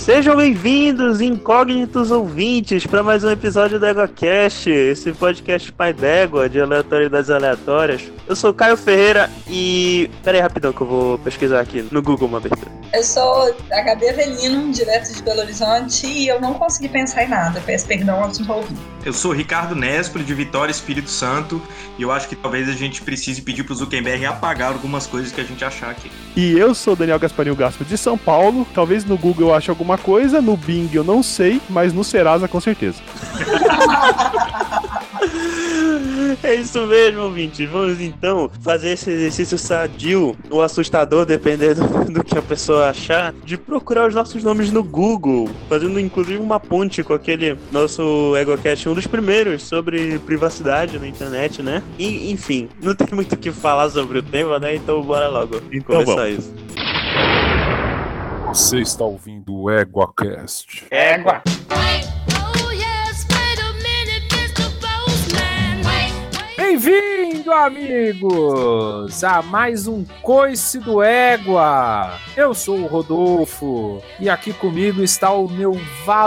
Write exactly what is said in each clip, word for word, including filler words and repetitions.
Sejam bem-vindos, incógnitos ouvintes, para mais um episódio do EgoCast, esse podcast pai d'égua de aleatoriedades aleatórias. Eu sou o Caio Ferreira e... Pera aí rapidão que eu vou pesquisar aqui no Google uma abertura. Eu sou H B Avelino, direto de Belo Horizonte, e eu não consegui pensar em nada. Peço perdão aos envolvidos. Eu sou o Ricardo Nespoli, de Vitória, Espírito Santo, e eu acho que talvez a gente precise pedir pro Zuckerberg apagar algumas coisas que a gente achar aqui. E eu sou o Daniel Gasparinho Gaspo, de São Paulo. Talvez no Google eu ache alguma coisa, no Bing eu não sei, mas no Serasa com certeza. É isso mesmo, ouvinte. Vamos então fazer esse exercício sadio ou assustador, dependendo do que a pessoa achar, de procurar os nossos nomes no Google, fazendo inclusive uma ponte com aquele nosso EgoCast, um dos primeiros, sobre privacidade na internet, né? E, enfim, não tem muito o que falar sobre o tema, né? Então bora logo então começar vamos. isso. Você está ouvindo o EgoCast. Égua! Bem-vindo, amigos, a mais um Coice do Égua. Eu sou o Rodolfo e aqui comigo está o meu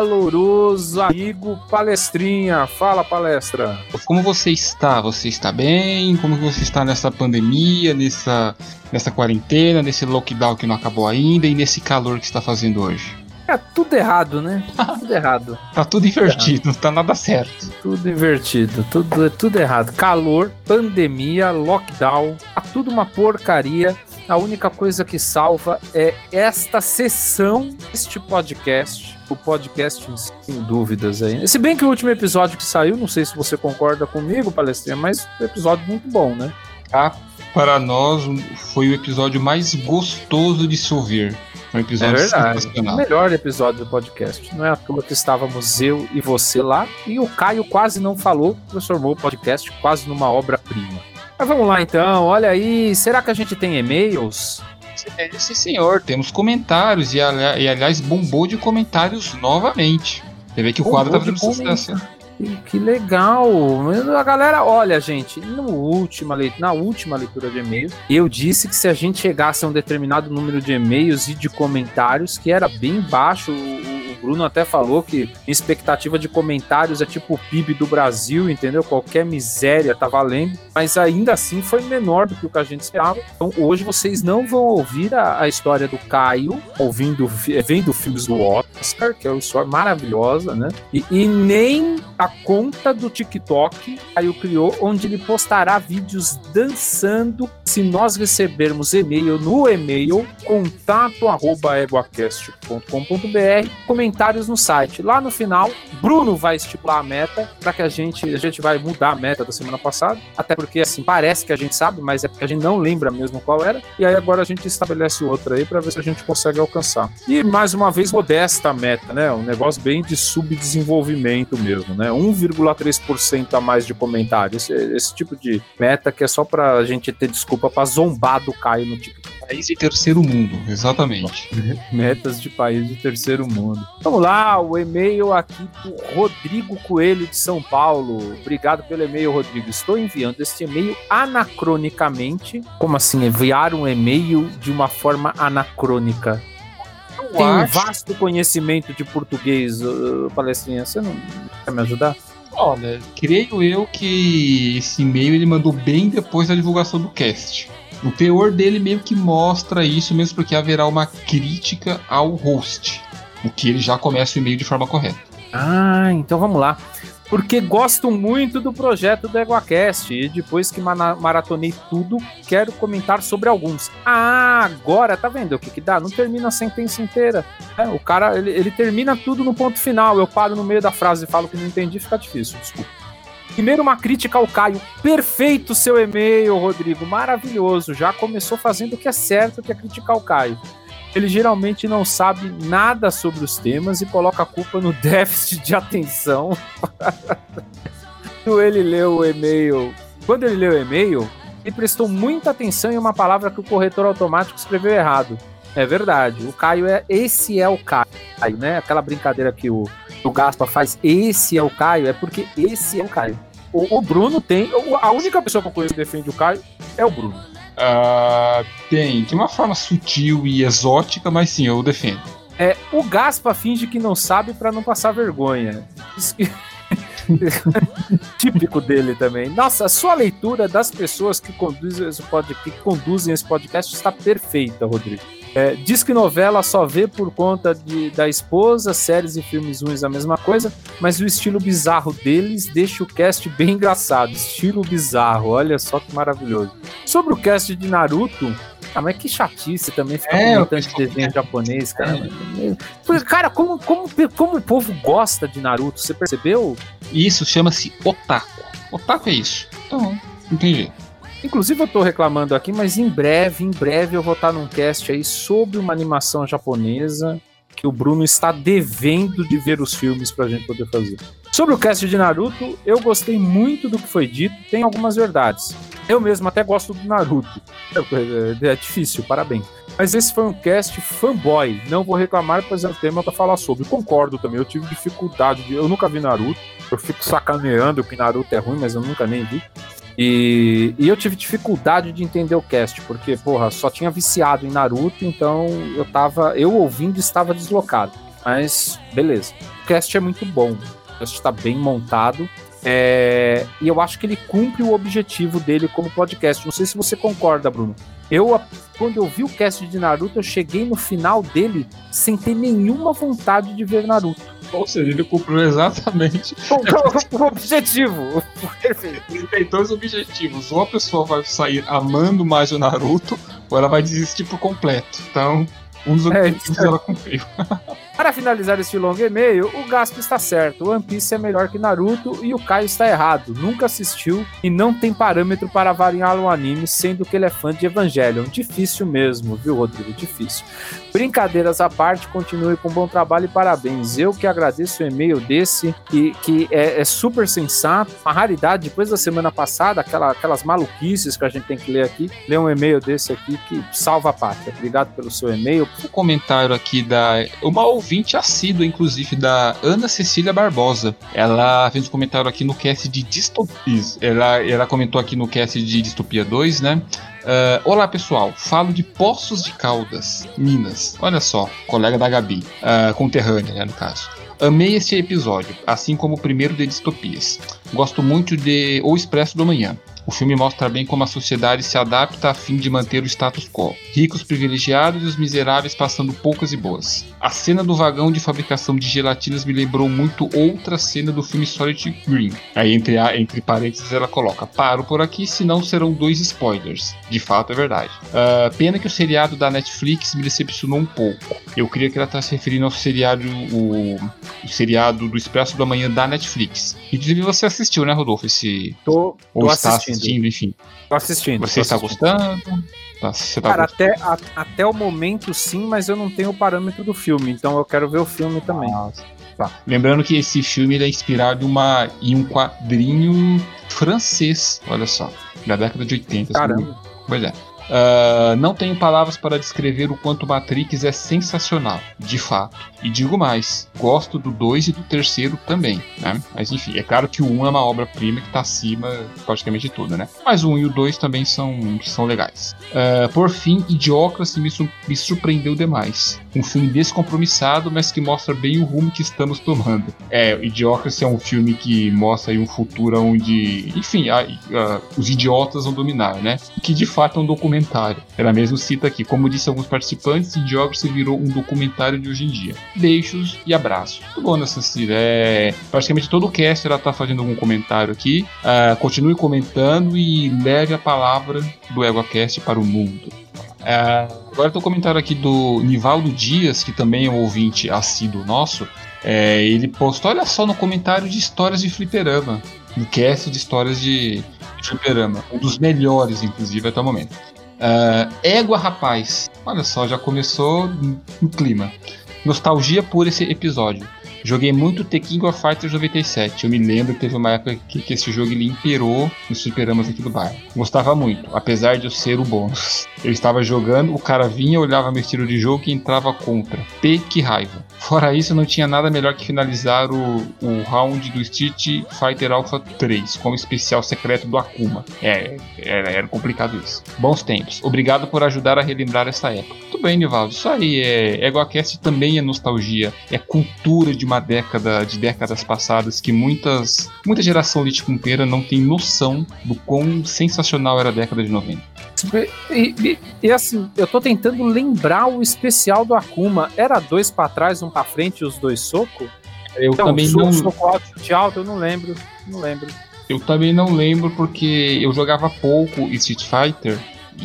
valoroso amigo Palestrinha. Fala, Palestra. Como você está? Você está bem? Como você está nessa pandemia, nessa, nessa quarentena, nesse lockdown que não acabou ainda e nesse calor que está fazendo hoje? É tudo errado, né? Tudo errado. Tá tudo invertido, não tá nada certo. Tudo invertido, tudo, tudo errado. Calor, pandemia, lockdown, tá tudo uma porcaria. A única coisa que salva é esta sessão, este podcast. O podcast, sem dúvidas aí. Se bem que o último episódio que saiu, não sei se você concorda comigo, Palestrinha, mas foi um episódio muito bom, né? Ah, para nós foi o episódio mais gostoso de se ouvir. Um episódio é verdade, sensacional. O melhor episódio do podcast. Não é à toa que estávamos eu e você lá, e o Caio quase não falou, transformou o podcast quase numa obra-prima. Mas vamos lá então, olha aí, será que a gente tem e-mails? É, sim senhor, temos comentários, e, ali- e aliás bombou de comentários novamente. Você vê que o quadro tá fazendo sucesso. Que, que legal! A galera, olha, gente, no última leitura, na última leitura de e-mails, eu disse que se a gente chegasse a um determinado número de e-mails e de comentários, que era bem baixo, o, o Bruno até falou que expectativa de comentários é tipo o P I B do Brasil, entendeu? Qualquer miséria tá valendo, mas ainda assim foi menor do que o que a gente esperava. Então hoje vocês não vão ouvir a, a história do Caio, ouvindo, vendo filmes do Oscar, que é uma história maravilhosa, né? E, e nem a conta do TikTok Caio criou, onde ele postará vídeos dançando se nós recebermos e-mail no e-mail contato arroba egoacast ponto com ponto b r, comentários no site. Lá no final, Bruno vai estipular a meta para que a gente, a gente vai mudar a meta da semana passada, até porque assim, parece que a gente sabe, mas é porque a gente não lembra mesmo qual era, e aí agora a gente estabelece outra aí para ver se a gente consegue alcançar. E mais uma vez, modesta a meta, né? Um negócio bem de subdesenvolvimento mesmo, né? um vírgula três por cento a mais de comentários. Esse, esse tipo de meta que é só pra gente ter desculpa pra zombar do Caio no TikTok. País de terceiro mundo, exatamente. Metas de país de terceiro mundo. Vamos lá, o e-mail aqui do Rodrigo Coelho de São Paulo. Obrigado pelo e-mail, Rodrigo. Estou enviando este e-mail anacronicamente. Como assim? Enviar um e-mail de uma forma anacrônica? Tem um vasto conhecimento de português, uh, Palestrinha. Você não quer me ajudar? Olha, creio eu que esse e-mail ele mandou bem depois da divulgação do cast. O teor dele meio que mostra isso, mesmo porque haverá uma crítica ao host, o que ele já começa o e-mail de forma correta. Ah, então vamos lá. Porque gosto muito do projeto do EgoCast e depois que mana- maratonei tudo, quero comentar sobre alguns. Ah, agora, tá vendo o que que dá? Não termina a sentença inteira. Né? O cara, ele, ele termina tudo no ponto final. Eu paro no meio da frase e falo que não entendi, fica difícil, desculpa. Primeiro, uma crítica ao Caio. Perfeito seu e-mail, Rodrigo. Maravilhoso. Já começou fazendo o que é certo, que é criticar o Caio. Ele geralmente não sabe nada sobre os temas e coloca a culpa no déficit de atenção. Quando ele leu o e-mail, quando ele leu o e-mail, ele prestou muita atenção em uma palavra que o corretor automático escreveu errado. É verdade. O Caio é esse é o Caio, né? Aquela brincadeira que o, o Gaspa faz. Esse é o Caio, é porque esse é o Caio. O, o Bruno tem. A única pessoa que eu conheço que defende o Caio é o Bruno. Uh, tem, de uma forma sutil e exótica, mas sim, eu defendo. É, o Gaspa finge que não sabe pra não passar vergonha. Isso que... Típico dele também. Nossa, a sua leitura das pessoas que conduzem esse podcast, que conduzem esse podcast está perfeita, Rodrigo. É, diz que novela só vê por conta de, da esposa, séries e filmes ruins a mesma coisa, mas o estilo bizarro deles deixa o cast bem engraçado. Estilo bizarro, olha só que maravilhoso. Sobre o cast de Naruto, ah, mas que chatice também ficar É, comentando de desenho japonês, cara. É. Cara, como, como, como o povo gosta de Naruto, você percebeu? Isso chama-se otaku. Otaku é isso. Então, não tem jeito. Inclusive eu tô reclamando aqui, mas em breve, em breve eu vou estar num cast aí sobre uma animação japonesa que o Bruno está devendo de ver os filmes pra gente poder fazer. Sobre o cast de Naruto, eu gostei muito do que foi dito, tem algumas verdades. Eu mesmo até gosto do Naruto. É, é, é difícil, parabéns. Mas esse foi um cast fanboy. Não vou reclamar, pois é um tema pra falar sobre. Concordo também, eu tive dificuldade. De... Eu nunca vi Naruto. Eu fico sacaneando que Naruto é ruim, mas eu nunca nem vi. E, e eu tive dificuldade de entender o cast, porque, porra, só tinha viciado em Naruto, então eu tava, eu ouvindo estava deslocado. Mas, beleza. O cast é muito bom. O cast tá bem montado. É, e eu acho que ele cumpre o objetivo dele como podcast. Não sei se você concorda, Bruno. Eu, quando eu vi o cast de Naruto, eu cheguei no final dele sem ter nenhuma vontade de ver Naruto. Ou seja, ele cumpriu exatamente o objetivo. Perfeito. Ele tem dois objetivos. Ou a pessoa vai sair amando mais o Naruto, ou ela vai desistir por completo. Então, um dos objetivos é, ela cumpriu. Para finalizar este longo e-mail, o Gaspo está certo. One Piece é melhor que Naruto e o Caio está errado. Nunca assistiu e não tem parâmetro para avaliar um anime, sendo que ele é fã de Evangelion. Difícil mesmo, viu, Rodrigo? Difícil. Brincadeiras à parte, continue com bom trabalho e parabéns. Eu que agradeço o e-mail desse, que, que é, é super sensato. Uma raridade, depois da semana passada, aquela, aquelas maluquices que a gente tem que ler aqui, ler um e-mail desse aqui que salva a pátria. Obrigado pelo seu e-mail. O comentário aqui da... Uma ouvinte assídua, inclusive, da Ana Cecília Barbosa. Ela fez um comentário aqui no cast de Distopias. Ela, ela comentou aqui no cast de Distopia dois, né? Uh, olá pessoal, falo de Poços de Caldas, Minas. Olha só, colega da Gabi, uh, conterrânea, né, no caso. Amei este episódio, assim como o primeiro de Distopias. Gosto muito de O Expresso do Amanhã. O filme mostra bem como a sociedade se adapta a fim de manter o status quo. Ricos privilegiados e os miseráveis passando poucas e boas. A cena do vagão de fabricação de gelatinas me lembrou muito outra cena do filme Solid Green. Aí entre, a, entre parênteses ela coloca: paro por aqui, senão serão dois spoilers. De fato é verdade. Uh, pena que o seriado da Netflix me decepcionou um pouco. Eu creio que ela está se referindo ao seriado, o, o seriado do Expresso do Amanhã da Netflix. Inclusive você assistiu, né, Rodolfo? Esse... Tô, tô Ou está assistindo. assistindo, enfim. Tô assistindo. Você tô está assistindo. gostando? Tá, você tá Cara, gostando? até, a, até o momento sim, mas eu não tenho o parâmetro do filme, então eu quero ver o filme também. Ah, tá. Lembrando que esse filme ele é inspirado em, uma, em um quadrinho francês, olha só, da década de oitenta. Caramba. Pois é. Uh, não tenho palavras para descrever o quanto Matrix é sensacional, de fato. E digo mais, gosto do dois e do terceiro também, né? Mas enfim, é claro que o um é uma obra-prima que está acima praticamente de tudo, né? Mas o um e o dois também são, são legais. Uh, por fim, Idiocracy me, su- me surpreendeu demais. Um filme descompromissado, mas que mostra bem o rumo que estamos tomando. É, Idiocracy é um filme que mostra aí um futuro onde, enfim, a, a, os idiotas vão dominar, né? Que de fato é um documentário. Ela mesmo cita aqui, como disse alguns participantes, Idiocracy virou um documentário de hoje em dia. Beijos e abraços. Muito bom nessa Cira. É, praticamente todo o cast ela tá fazendo algum comentário aqui. Uh, continue comentando e leve a palavra do EgoCast para o mundo. Uh, agora tem um comentário aqui do Nivaldo Dias, que também é um ouvinte assíduo nosso. É, ele postou, olha só, no comentário de histórias de fliperama. No cast de histórias de, de fliperama. Um dos melhores, inclusive, até o momento. Uh, Égua Rapaz. Olha só, já começou no clima. Nostalgia por esse episódio. Joguei muito The King of Fighters noventa e sete. Eu me lembro que teve uma época que, que esse jogo ele imperou nos fliperamas aqui do bairro. Gostava muito, apesar de eu ser o bônus. Eu estava jogando, o cara vinha, olhava meu estilo de jogo e entrava contra. P, que raiva. Fora isso, não tinha nada melhor que finalizar o, o round do Street Fighter Alpha três com o especial secreto do Akuma. É, era, era complicado isso. Bons tempos. Obrigado por ajudar a relembrar essa época. Tudo bem, Nivaldo. Isso aí é EgoCast, também é nostalgia. É cultura de uma década, de décadas passadas que muitas, muita geração leite com pera não tem noção do quão sensacional era a década de noventa. E, e, e assim, eu tô tentando lembrar o especial do Akuma. Era dois pra trás, um pra frente e os dois socos? Eu então, também soco, não... soco alto, chute alto, eu não lembro. Não lembro. Eu também não lembro porque eu jogava pouco Street Fighter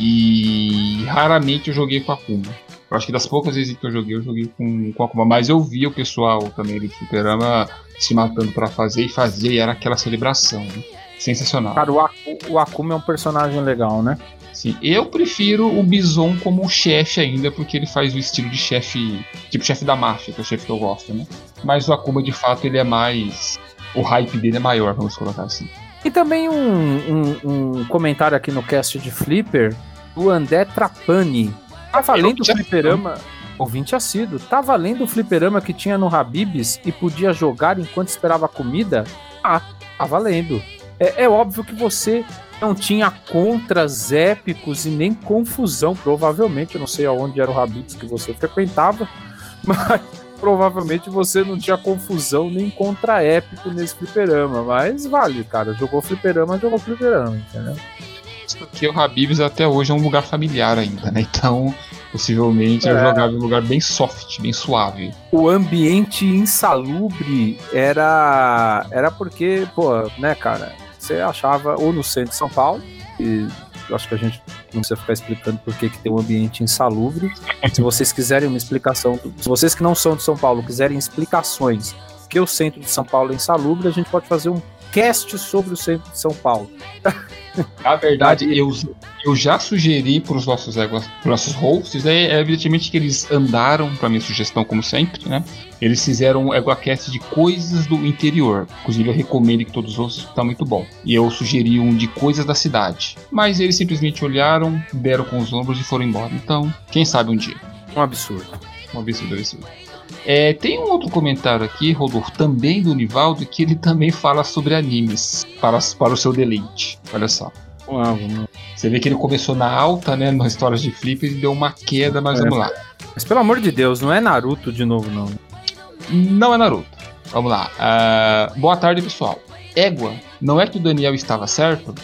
e raramente eu joguei com Akuma. Eu acho que das poucas vezes que eu joguei, eu joguei com, com Akuma. Mas eu via o pessoal também do fliperama se matando pra fazer e fazia, e era aquela celebração, né? Sensacional. Cara, o, Aku, o Akuma é um personagem legal, né? Sim, eu prefiro o Bison como chefe ainda, porque ele faz o estilo de chefe, tipo chefe da máfia, que é o chefe que eu gosto, né? Mas o Akuma, de fato, ele é mais... O hype dele é maior, vamos colocar assim. E também um, um, um comentário aqui no cast de Flipper, do André Trapani. Tá valendo o fliperama... Ouvinte assíduo. Tá valendo o fliperama que tinha no Habib's e podia jogar enquanto esperava a comida? Ah, tá valendo. É, é óbvio que você... não tinha contras épicos e nem confusão, provavelmente. Eu não sei aonde era o Habib's que você frequentava, mas provavelmente você não tinha confusão nem contra épico nesse fliperama. Mas vale, cara. Jogou fliperama, jogou fliperama, entendeu? Porque o Habib's até hoje é um lugar familiar ainda, né? Então, possivelmente, é. eu jogava em um lugar bem soft, bem suave. O ambiente insalubre era, era porque, pô, né, cara... Você achava, ou no centro de São Paulo, e eu acho que a gente não precisa ficar explicando por que tem um ambiente insalubre. Se vocês quiserem uma explicação, se vocês que não são de São Paulo quiserem explicações que o centro de São Paulo é insalubre, a gente pode fazer um cast sobre o centro de São Paulo. Na verdade, eu, eu já sugeri para os nossos, nossos hosts, é, é evidentemente que eles andaram para minha sugestão, como sempre, né? Eles fizeram um EgoCast de coisas do interior. Inclusive, eu recomendo que todos os outros estão muito bom. E eu sugeri um de coisas da cidade. Mas eles simplesmente olharam, deram com os ombros e foram embora. Então, quem sabe um dia. Um absurdo. Um absurdo, absurdo. É, tem um outro comentário aqui, Rodolfo, também do Nivaldo, que ele também fala sobre animes, para, para o seu deleite. Olha só. Uau, você vê que ele começou na alta, né, nas histórias de Flipper e deu uma queda, mas é. vamos lá. Mas pelo amor de Deus, não é Naruto de novo, não. Não é Naruto. Vamos lá. Uh, boa tarde, pessoal. Égua, não é que o Daniel estava certo?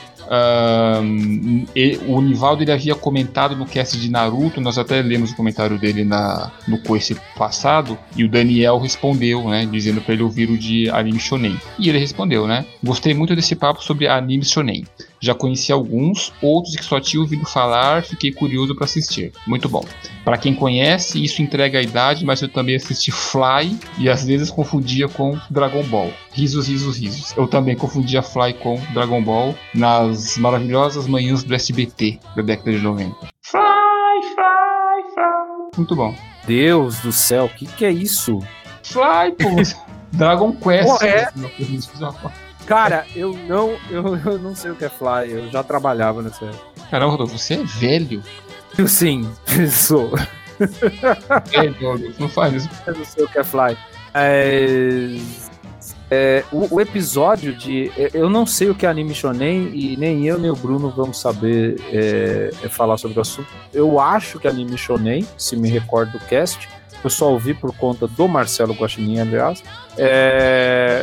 Um, e, o Nivaldo ele havia comentado no cast de Naruto, nós até lemos o comentário dele na, no coice passado, e o Daniel respondeu, né, dizendo para ele ouvir o de anime shonen. E ele respondeu, né, gostei muito desse papo sobre anime shonen. Já conheci alguns, outros que só tinha ouvido falar, fiquei curioso para assistir. Muito bom. Para quem conhece, isso entrega a idade, mas eu também assisti Fly e às vezes confundia com Dragon Ball. Risos, risos, risos. Eu também confundia Fly com Dragon Ball nas maravilhosas manhãs do S B T da década de noventa. Fly, Fly, Fly. Muito bom. Deus do céu, o que, que é isso? Fly, pô. Dragon Quest. Pô, é? Cara, eu não, eu, eu não sei o que é Fly, eu já trabalhava nessa época. Caramba, Rodolfo, você é velho. Eu sim, sou. É, Rodolfo, não faz isso. Eu não sei o que é Fly. É, é, o, o episódio de... Eu não sei o que é anime shonen e nem eu nem o Bruno vamos saber é, é falar sobre o assunto. Eu acho que é anime shonen, se me recordo do cast. Eu só ouvi por conta do Marcelo Guaxinim, aliás. É...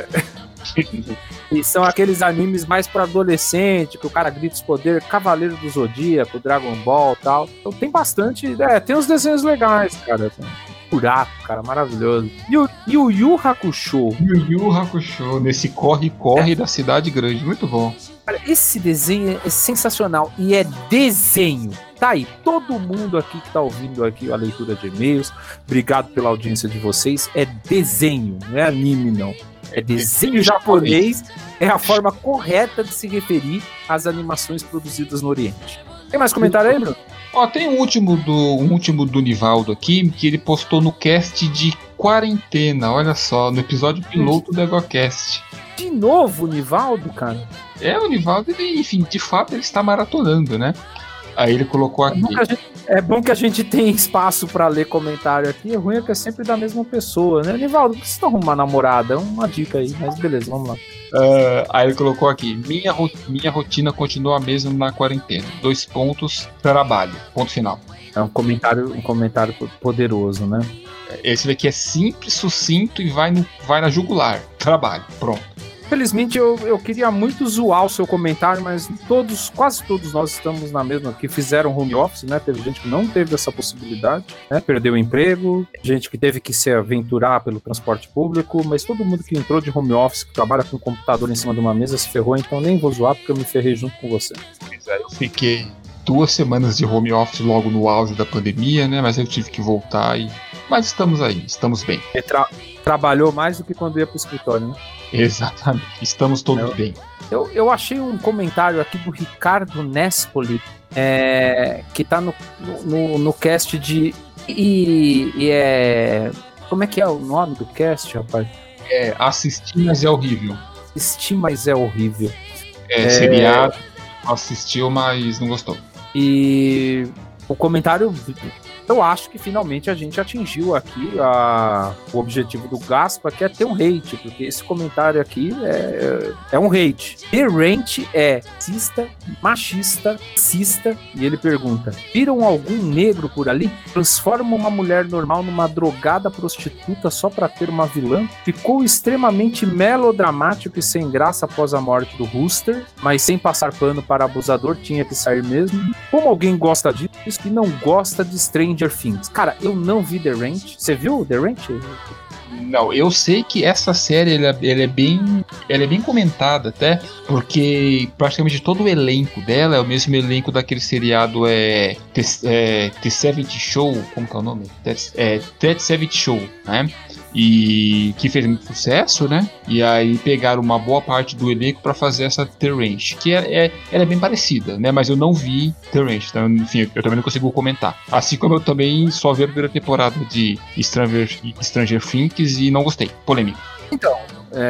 E são aqueles animes mais pra adolescente, que o cara grita os poderes, Cavaleiro do Zodíaco, Dragon Ball e tal. Então tem bastante. É, tem uns desenhos legais, cara. Buraco, cara, maravilhoso. E o, e o Yu Hakusho? E o Yu Hakusho, nesse corre-corre é. da cidade grande, muito bom. Cara, esse desenho é sensacional e é desenho. Tá aí, todo mundo aqui que tá ouvindo aqui a leitura de e-mails, obrigado pela audiência de vocês, é desenho, não é anime não. É desenho japonês, é a forma correta de se referir às animações produzidas no Oriente. Tem mais comentário aí, Bruno? Ó, tem um último do, um último do Nivaldo aqui, que ele postou no cast de quarentena, olha só, no episódio piloto do EgoCast. De novo o Nivaldo, cara? É, o Nivaldo, ele, enfim, de fato ele está maratonando, né? Aí ele colocou aqui. É bom que a gente, é bom que a gente tem espaço pra ler comentário aqui, é ruim é que é sempre da mesma pessoa, né? Nivaldo, por que você não arruma uma namorada? É uma dica aí, mas beleza, vamos lá. Uh, aí ele colocou aqui, minha, ro- minha rotina continua a mesma na quarentena. Dois pontos, trabalho. Ponto final. É um comentário, um comentário poderoso, né? Esse daqui é simples, sucinto e vai, no, vai na jugular. Trabalho, pronto. Felizmente eu, eu queria muito zoar o seu comentário, mas todos, quase todos nós estamos na mesma, que fizeram home office, né? Teve gente que não teve essa possibilidade, né? Perdeu o emprego, gente que teve que se aventurar pelo transporte público, mas todo mundo que entrou de home office, que trabalha com um computador em cima de uma mesa, se ferrou, então nem vou zoar porque eu me ferrei junto com você. Eu fiquei duas semanas de home office logo no auge da pandemia, né? Mas eu tive que voltar e... Mas estamos aí, estamos bem. Você tra- trabalhou mais do que quando ia pro escritório, né? Exatamente, estamos todos eu, bem. Eu, eu achei um comentário aqui do Ricardo Nespoli, é, que tá no, no, no cast de... E, e é... Como é que é o nome do cast, rapaz? É, assistir, mas é horrível. Assistir, mas é horrível. É, é... seriado, assistiu, mas não gostou. E o comentário... Eu acho que finalmente a gente atingiu aqui a, o objetivo do Gaspa, que é ter um hate, porque esse comentário aqui é, é um hate. The Rant é racista, machista, cista, e ele pergunta: viram algum negro por ali? Transforma uma mulher normal numa drogada prostituta só pra ter uma vilã? Ficou extremamente melodramático e sem graça após a morte do Rooster, mas sem passar pano para abusador, tinha que sair mesmo. Como alguém gosta disso e não gosta de Stranger Things? Cara, eu não vi The Ranch. Você viu The Ranch? Não, eu sei que essa série ela, ela é bem, ela é bem comentada até, porque praticamente todo o elenco dela é o mesmo elenco daquele seriado é The, é, The setenta Show, como que é o nome? The, é, The setenta Show, né? E que fez muito sucesso, né? E aí pegaram uma boa parte do elenco para fazer essa The Ranch, que é, é, ela é bem parecida, né? Mas eu não vi The Ranch, então, enfim, eu também não consigo comentar. Assim como eu também só vi a primeira temporada de Stranger, Stranger Things e não gostei. Polêmico. Então,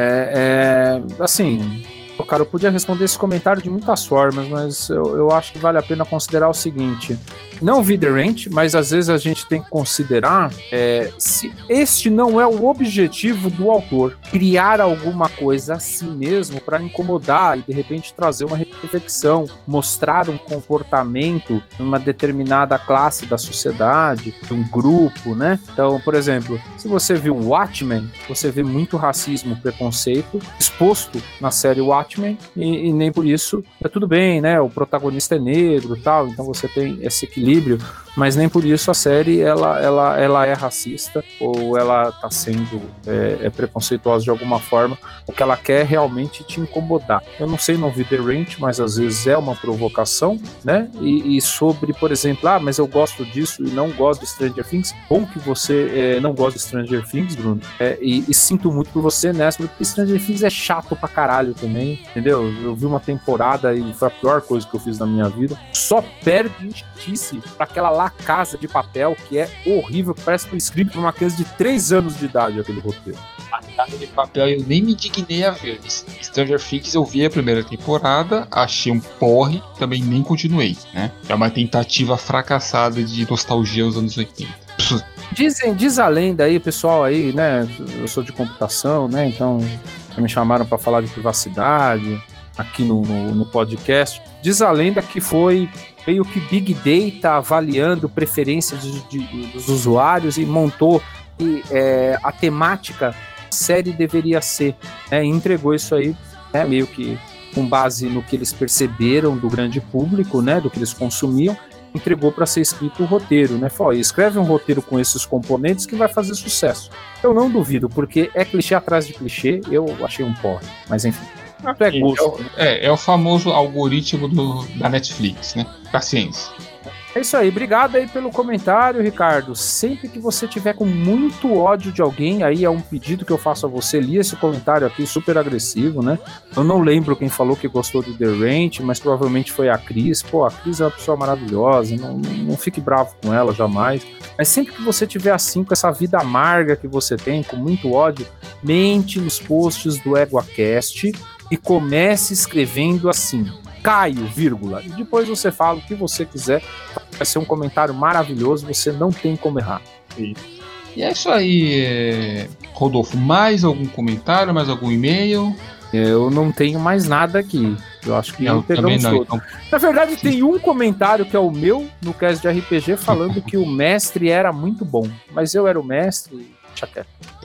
é, é assim... Cara, eu podia responder esse comentário de muitas formas, mas eu, eu acho que vale a pena considerar o seguinte: não vi The Ranch, mas às vezes a gente tem que considerar é, se este não é o objetivo do autor, criar alguma coisa a si mesmo para incomodar e de repente trazer uma reflexão, mostrar um comportamento numa determinada classe da sociedade, de um grupo, né? Então, por exemplo, se você viu Watchmen, você vê muito racismo, preconceito exposto na série Watchmen. E, e nem por isso é tudo bem, né? O protagonista é negro e tal, então você tem esse equilíbrio, mas nem por isso a série ela, ela, ela é racista ou ela tá sendo é, é preconceituosa de alguma forma. O que ela quer é realmente te incomodar. Eu não sei, não vi The Ranch, mas às vezes é uma provocação, né? E, e sobre, por exemplo, ah, mas eu gosto disso e não gosto de Stranger Things. Bom que você é, não gosta de Stranger Things, Bruno, é, e, e sinto muito por você, né? Porque Stranger Things é chato pra caralho também, entendeu? Eu vi uma temporada e foi a pior coisa que eu fiz na minha vida. Só perde justiça pra aquela La Casa de Papel, que é horrível, que parece que foi escrito por uma criança de três anos de idade, aquele roteiro. La Casa de Papel eu nem me dignei a ver. Stranger Things eu vi a primeira temporada, achei um porre, também nem continuei, né? É uma tentativa fracassada de nostalgia aos anos oitenta. Dizem, diz a lenda aí, pessoal aí, né? Eu sou de computação, né? Então me chamaram para falar de privacidade aqui no, no, no podcast. Diz a lenda que foi meio que Big Data avaliando preferências de, de, dos usuários e montou e, é, a temática da série deveria ser, né? E entregou isso aí, né? Meio que com base no que eles perceberam do grande público, né? Do que eles consumiam, entregou para ser escrito o roteiro, né? Falou, escreve um roteiro com esses componentes que vai fazer sucesso. Eu não duvido, porque é clichê atrás de clichê, eu achei um porre, mas enfim. Isso é gosto. É, é, é o famoso algoritmo do, da Netflix, né? Paciência. É isso aí, obrigado aí pelo comentário, Ricardo. Sempre que você tiver com muito ódio de alguém, aí é um pedido que eu faço a você, li esse comentário aqui super agressivo, né? Eu não lembro quem falou que gostou do The Ranch, mas provavelmente foi a Cris. Pô, a Cris é uma pessoa maravilhosa, não, não, não fique bravo com ela jamais. Mas sempre que você tiver assim, com essa vida amarga que você tem, com muito ódio, mente nos posts do EguaCast e comece escrevendo assim... Caio, vírgula, e depois você fala o que você quiser, vai ser um comentário maravilhoso, você não tem como errar. E é isso aí, Rodolfo, mais algum comentário, mais algum e-mail? Eu não tenho mais nada aqui, eu acho que não pegamos não, todo. então... Na verdade tem um comentário que é o meu, no cast de R P G, falando que o mestre era muito bom, mas eu era o mestre, chaqueta.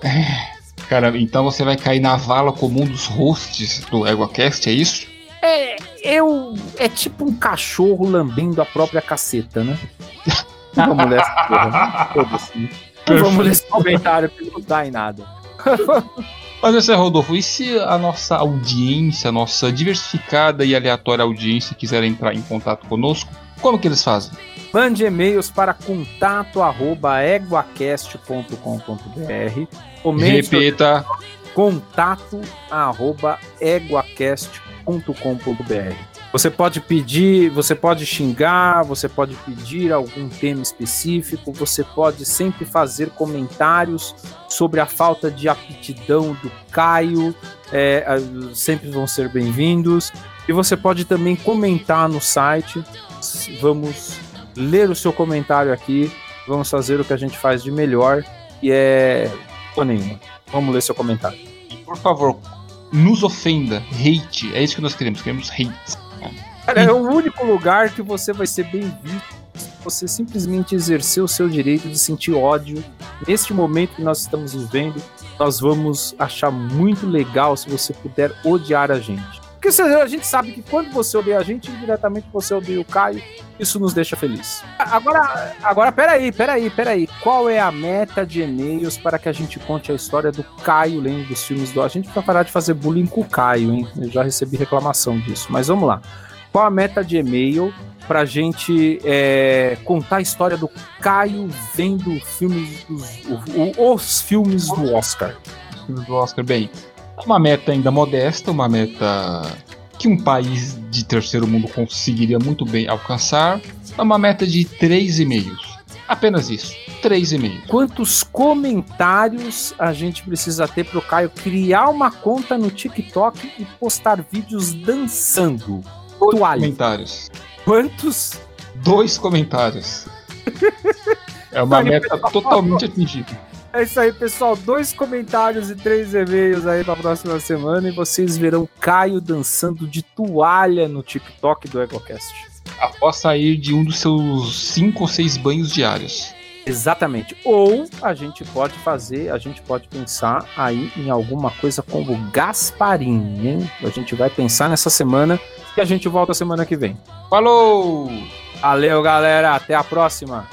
Cara, então você vai cair na vala comum dos hosts do EguaCast, é isso? É, eu... É tipo um cachorro lambendo a própria caceta, né? Não vamos ler essa porra, né? Foda-se. Não vamos ler esse comentário que não dá em nada. Mas esse é, Rodolfo, e se a nossa audiência, a nossa diversificada e aleatória audiência quiser entrar em contato conosco, como que eles fazem? Mande e-mails para contato arroba eguacast ponto com ponto br. Repita. Contato arroba eguacast ponto com ponto br. Você pode pedir, você pode xingar, você pode pedir algum tema específico, você pode sempre fazer comentários sobre a falta de aptidão do Caio, é, sempre vão ser bem-vindos. E você pode também comentar no site, vamos ler o seu comentário aqui, vamos fazer o que a gente faz de melhor, e é... Pô, nenhuma. Vamos ler seu comentário. Por favor, nos ofenda, hate, é isso que nós queremos, queremos hate. Cara, é o único lugar que você vai ser bem visto se você simplesmente exercer o seu direito de sentir ódio. Neste momento que nós estamos vivendo, nós vamos achar muito legal se você puder odiar a gente. Porque a gente sabe que quando você odeia a gente, indiretamente você odeia o Caio, isso nos deixa feliz. Agora, agora peraí, peraí, peraí. Qual é a meta de e-mails para que a gente conte a história do Caio lendo dos filmes do... A gente vai parar de fazer bullying com o Caio, hein? Eu já recebi reclamação disso, mas vamos lá. Qual a meta de e-mail pra gente é, contar a história do Caio vendo filmes dos, o, os filmes do Oscar? Os filmes do Oscar, bem, uma meta ainda modesta, uma meta que um país de terceiro mundo conseguiria muito bem alcançar, é uma meta de três e-mails. Apenas isso, três e-mails. Quantos comentários a gente precisa ter pro Caio criar uma conta no TikTok e postar vídeos dançando? Dois Toalha. comentários. Quantos? Dois comentários. É uma Aí, meta pessoal, totalmente atingível. É isso aí, pessoal. Dois comentários e três e-mails aí pra próxima semana e vocês verão Caio dançando de toalha no TikTok do EguaCast. Após sair de um dos seus cinco ou seis banhos diários. Exatamente. Ou a gente pode fazer, a gente pode pensar aí em alguma coisa como Gasparim, hein? A gente vai pensar nessa semana e a gente volta semana que vem. Falou! Valeu, galera. Até a próxima.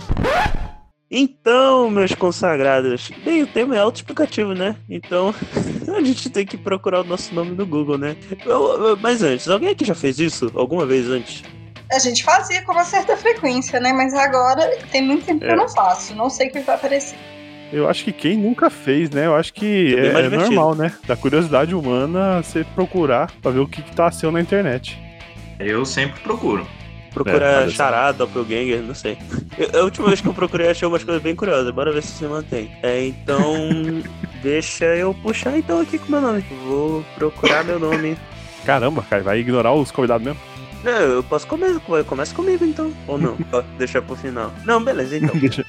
Então, meus consagrados, bem, o tema é autoexplicativo, né? Então, a gente tem que procurar o nosso nome no Google, né? Eu, eu, mas antes, alguém aqui já fez isso? Alguma vez antes? A gente fazia com uma certa frequência, né? Mas agora tem muito tempo É. que eu não faço. Não sei o que vai aparecer. Eu acho que quem nunca fez, né? Eu acho que É bem é, mais é divertido. normal, né? Da curiosidade humana, você procurar pra ver o que, que tá seu na internet. Eu sempre procuro. Procura É, olha só. charada, doppelganger, não sei. Eu, a última vez que eu procurei, achei umas coisas bem curiosas. Bora ver se se mantém. É, então, deixa eu puxar então aqui com o meu nome. Vou procurar meu nome. Caramba, cara, vai ignorar os convidados mesmo? Não, eu posso começar. Começa comigo então. Ou não? Ó, deixa pro final. Não, beleza, então. Deixa.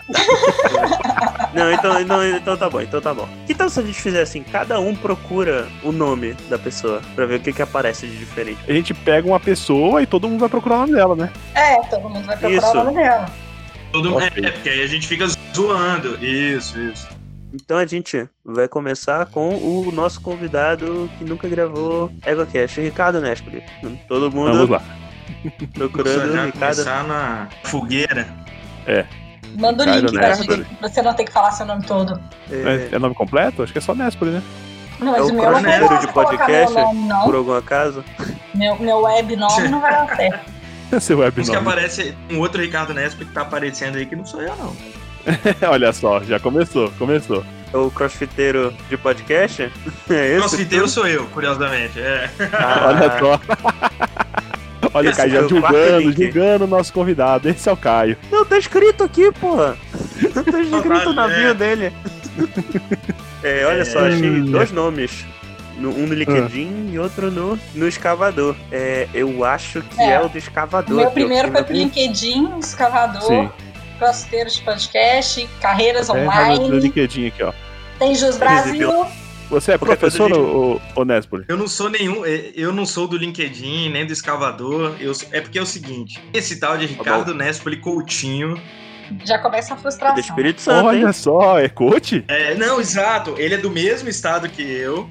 Não, então, não, então tá bom, então tá bom. Que tal se a gente fizer assim? Cada um procura o nome da pessoa pra ver o que que aparece de diferente. A gente pega uma pessoa e todo mundo vai procurar o nome dela, né? É, todo mundo vai procurar Isso. o nome dela. Todo... Ok. É, porque aí a gente fica zoando. Isso, isso. Então a gente vai começar com o nosso convidado que nunca gravou EguaCast, Ricardo Nespoli. Todo mundo Vamos lá. procurando Só já Ricardo. começar na fogueira. Manda o Ricardo link pra Nespoli. gente, pra você não ter que falar seu nome todo. É, É, é nome completo? Acho que é só Nespoli, né? Não, É mas o o meu não vai coronel dar de pra colocar podcast, meu nome, por não. algum acaso. Meu, meu web nome não vai dar certo. Seu web Uns que nome. aparece um outro Ricardo Nespoli que tá aparecendo aí que não sou eu, não. Olha só, já começou, começou. O crossfiteiro de podcast? É esse? Crossfiteiro sou eu, curiosamente. É. Ah, Olha só. Olha o Esse Caio já foi o quarto julgando, link. julgando o nosso convidado. Esse é o Caio. Não, tá escrito aqui, porra. Não tá escrito na bio dele. É, olha só, achei dois nomes. No- Um no LinkedIn e outro no, no escavador. É, eu acho que é, É. o do escavador. O meu que primeiro eu foi vi pro no- LinkedIn, escavador, Sim. crossfiteiro de podcast, carreiras É, no online, LinkedIn aqui, ó. tem Jus Brasil. Você é Qualquer coisa professor, a gente- ô, ô, ô Nespoli? Eu não sou nenhum, é, eu não sou do LinkedIn, nem do escavador. Eu, sou- é porque é o seguinte: esse tal de Ricardo Nespoli Coutinho. Já começa a É do frustração. Espírito Santo, hein? Olha só, é coach? É, não, exato. Ele é do mesmo estado que eu.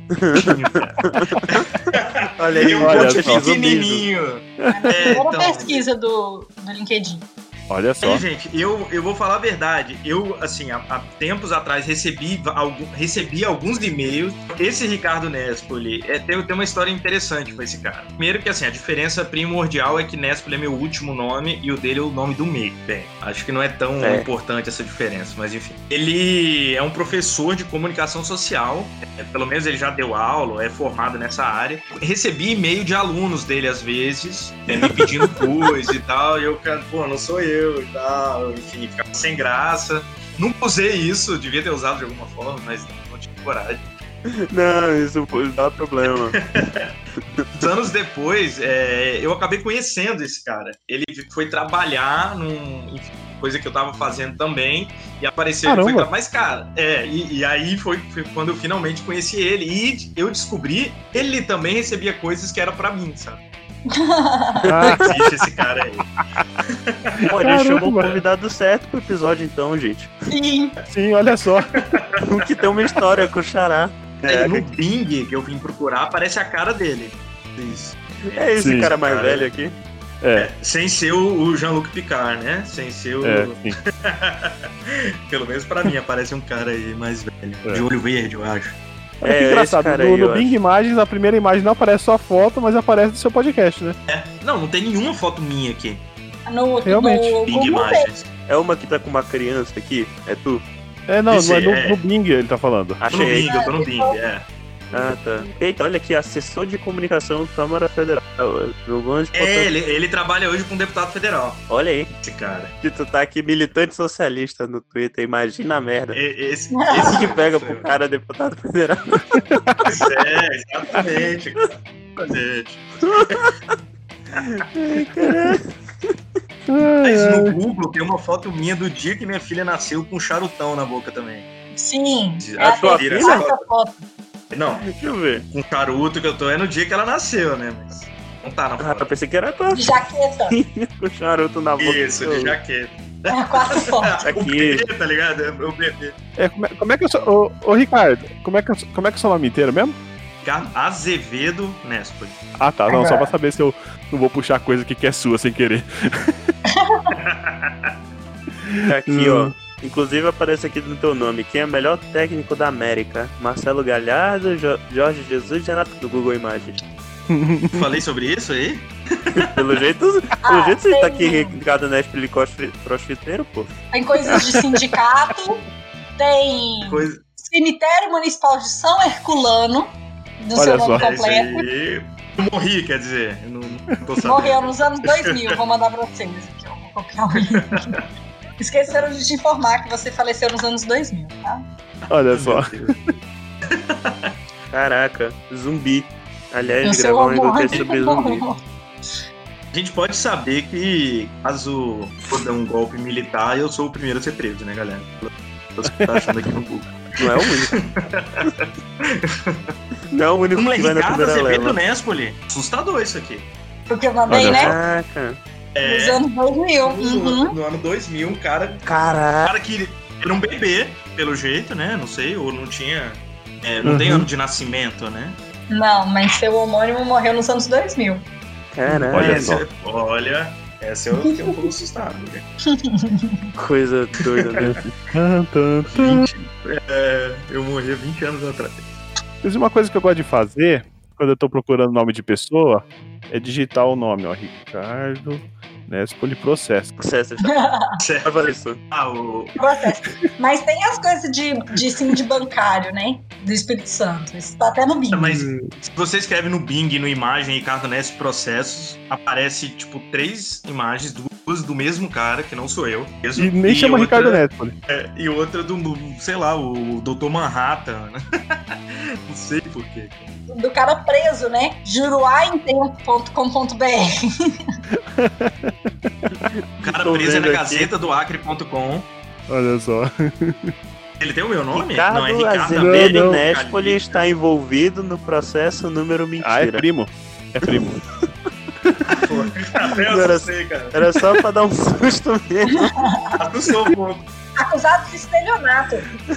Olha aí, E um olha monte só. pequenininho. É, Primeira então, pesquisa do, do LinkedIn. Olha só. Aí, gente, eu, eu vou falar a verdade. Eu, assim, há, há tempos atrás recebi, va- algum, recebi alguns e-mails. Esse Ricardo Nespoli é, tem, tem uma história interessante com esse cara. Primeiro que, assim, a diferença primordial é que Nespoli é meu último nome e o dele é o nome do meio. Bem, acho que não é tão É. importante essa diferença, mas enfim. Ele é um professor de comunicação social. É, pelo menos ele já deu aula, é formado nessa área. Recebi e-mail de alunos dele, às vezes, é, me pedindo coisa e tal. E eu, cara, pô, não sou eu e tal. Enfim, ficava sem graça. Nunca usei isso, devia ter usado de alguma forma, mas não tive coragem. Não, isso não dá problema. Anos depois, é, eu acabei conhecendo esse cara. Ele foi trabalhar num. Enfim, coisa que eu tava fazendo também, e apareceu. Ele foi, Caramba. mas, cara, é, e, e aí foi, foi quando eu finalmente conheci ele. E eu descobri, ele também recebia coisas que era pra mim, sabe? Ah, Existe esse cara aí. Pô, a gente chamou o Caramba. convidado certo pro episódio então, gente. Sim. sim, olha só. O que tem uma história com o Xará. É, no Bing que eu vim procurar, aparece a cara dele. Isso. É esse Sim, cara mais cara. velho aqui. É, Sem ser o o Jean-Luc Picard, né? Sem ser o. é, sim. Pelo menos pra mim, aparece um cara aí mais velho. É. De olho verde, eu acho. Olha que É, esse engraçado. cara No, aí, no eu Bing Imagens, a primeira imagem não aparece sua foto, mas aparece do seu podcast, né? Não, não tem nenhuma foto minha aqui. No, Realmente. no Bing Google Imagens. É uma que tá com uma criança aqui? É tu? É, não, Esse não é no, é- no Bing ele tá falando. Tô no Achei. Bing, eu tô no Bing, é. Ah, tá. Eita, olha aqui, assessor de comunicação da Câmara Federal. Jogou onde É, ele, ele trabalha hoje com um deputado federal, Olha aí, esse cara. que tu tá aqui militante socialista no Twitter, imagina a merda. E- Esse, Esse esse que pega pro cara deputado federal. É, exatamente. Exatamente. Ai, caralho. Mas Ai, no Google tem uma foto minha do dia que minha filha nasceu com um charutão na boca também. Sim. A É a sua terceira filha? foto. Não, Deixa eu ver. com charuto que eu tô é no dia que ela nasceu, né? Mas não tá na Ah, foto. eu pensei que era tua De jaqueta. filha com charuto na boca. Isso, de jaqueta. É a quarta foto. O Aqui. bebê, tá ligado? É o bebê. é, como, é, como é que eu sou. Ô, ô, Ricardo, como é, que, eu- como é que é o seu nome inteiro mesmo? Ricardo Azevedo Nespoli. Ah, tá. Não, só pra saber se eu não vou puxar coisa aqui que é sua sem querer. Aqui, ó. Inclusive aparece aqui no teu nome. Quem é o melhor técnico da América? Marcelo Galhardo, Jo- Jorge Jesus e Renato do Google Imagens. Falei sobre isso aí? Pelo jeito, pelo Ah, jeito você tá aqui, tem- Ricardo Nespoli crossfit- crossfiteiro, pô. Tem coisas de sindicato. Tem Coisa. Cemitério Municipal de São Herculano. Do Olha seu nome só. É isso completo. aí. Eu morri, quer dizer. Eu não, não tô sabendo. Morreu nos anos dois mil. Vou mandar pra vocês aqui. Eu vou copiar o link. Esqueceram de te informar que você faleceu nos anos dois mil, tá? Olha só. Meu Deus. Caraca, zumbi. Aliás, Eu sou gravamos um amor. podcast sobre zumbi. A gente pode saber que, caso for dar um golpe militar, eu sou o primeiro a ser preso, né, galera? Você tá achando aqui no Google. Não é o único. Não é o único Um que vai na Ricardo primeira Azevedo leva. Nespoli. Assustador isso aqui. Porque eu mandei, Olha né? Caraca. Nos anos dois mil. No, Uhum. no ano dois mil, um cara, um Caraca. cara que era um bebê, pelo jeito, né? Não sei, ou não tinha. é, não Uhum. tem ano de nascimento, né? Não, mas seu homônimo morreu nos anos dois mil. Caraca. Olha Essa- só. Olha, essa eu fiquei um pouco assustado. Né? Coisa doida, né? Tan, tan, tan. vinte, é, eu morri há vinte anos atrás. Mas uma coisa que eu gosto de fazer, quando eu tô procurando nome de pessoa, é digitar o nome, ó. Ricardo Nespoli processo. Processo. Certo. Vai isso. Ah, o... Processo. Mas tem as coisas de, de sim de bancário, né? Do Espírito Santo. Isso tá até no Bing. Mas se você escreve no Bing, no imagem Ricardo Nesp processos, aparece, tipo, três imagens, duas do mesmo cara, que não sou eu. Mesmo, E nem chama outra, Ricardo Nespoli. É, e outra do, sei lá, o doutor Manhattan. Não sei por quê. Do cara preso, né? juruaintempo ponto com ponto b r. O cara Tô preso é na vendo Gazeta do Acre ponto com. Olha só. Ele tem o meu nome? Ricardo não, é Ricardo Azevedo Não, não. Nespoli está envolvido no processo número mentira. Ah, é primo. É primo. Até eu Era- não sei, cara. Era só pra dar um susto mesmo. Assustou um pouco. Acusado de estelionato.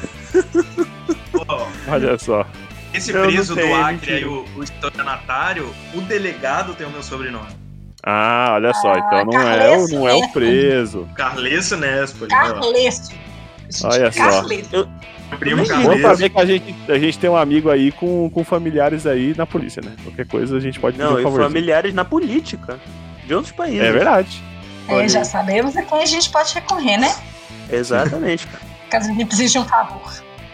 Ó, Olha só. esse Eu não preso do tenho, Acre mentira. aí, o, o estelionatário, o delegado tem o meu sobrenome. Ah, olha só. Ah, Então não é, o, Carlesso não é o Nespoli. preso. Carlesso Nespoli. ó. Carlesso. Olha só. Carlesso. Meu primo Nem Bom Carlesso. saber que a gente, a gente tem um amigo aí com, com familiares aí na polícia, né? Qualquer coisa a gente pode pedir Não, um e favorzinho. familiares na política de outros países. É verdade. É, já sabemos a quem a gente pode recorrer, né? Exatamente. Caso a gente precise de um favor.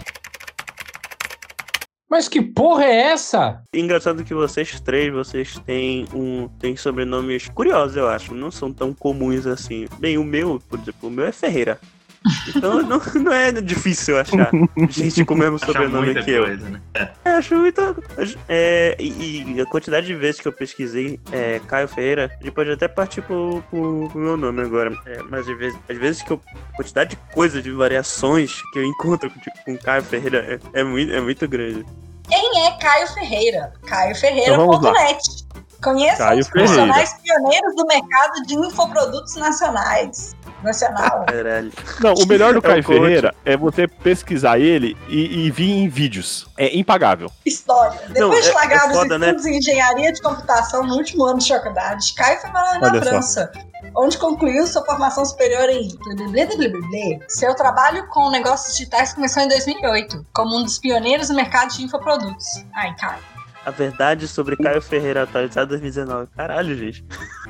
Mas que porra é essa? Engraçado que vocês três, vocês têm um têm sobrenomes curiosos, eu acho. Não são tão comuns assim. Bem, o meu, por exemplo, o meu é Ferreira. Então não, não é difícil achar gente com o mesmo Achar sobrenome muita que eu. coisa, né? É, acho muito. É, e, e a quantidade de vezes que eu pesquisei é, Caio Ferreira, a gente pode até partir pro, pro, pro meu nome agora. É, mas às vezes, às vezes que eu. A quantidade de coisas, de variações que eu encontro tipo, com Caio Ferreira é, é, muito, é muito grande. Quem é Caio Ferreira? caio Então ferreira vamos ponto net. Conheça Caio os profissionais pioneiros do mercado de infoprodutos nacionais. Nacional. Caralho. Não, o melhor do É o Caio coach. Ferreira é você pesquisar ele e, e vir em vídeos. É impagável. História. Depois Não, de é- largar é os foda, estudos em engenharia de computação no último ano de faculdade, Caio foi morar na Olha só. França, onde concluiu sua formação superior em blá, blá, blá, blá, blá. Seu trabalho com negócios digitais começou em dois mil e oito, como um dos pioneiros no mercado de infoprodutos. Ai, Caio. A verdade sobre Caio Ferreira atualizado dois mil e dezenove. Caralho, gente.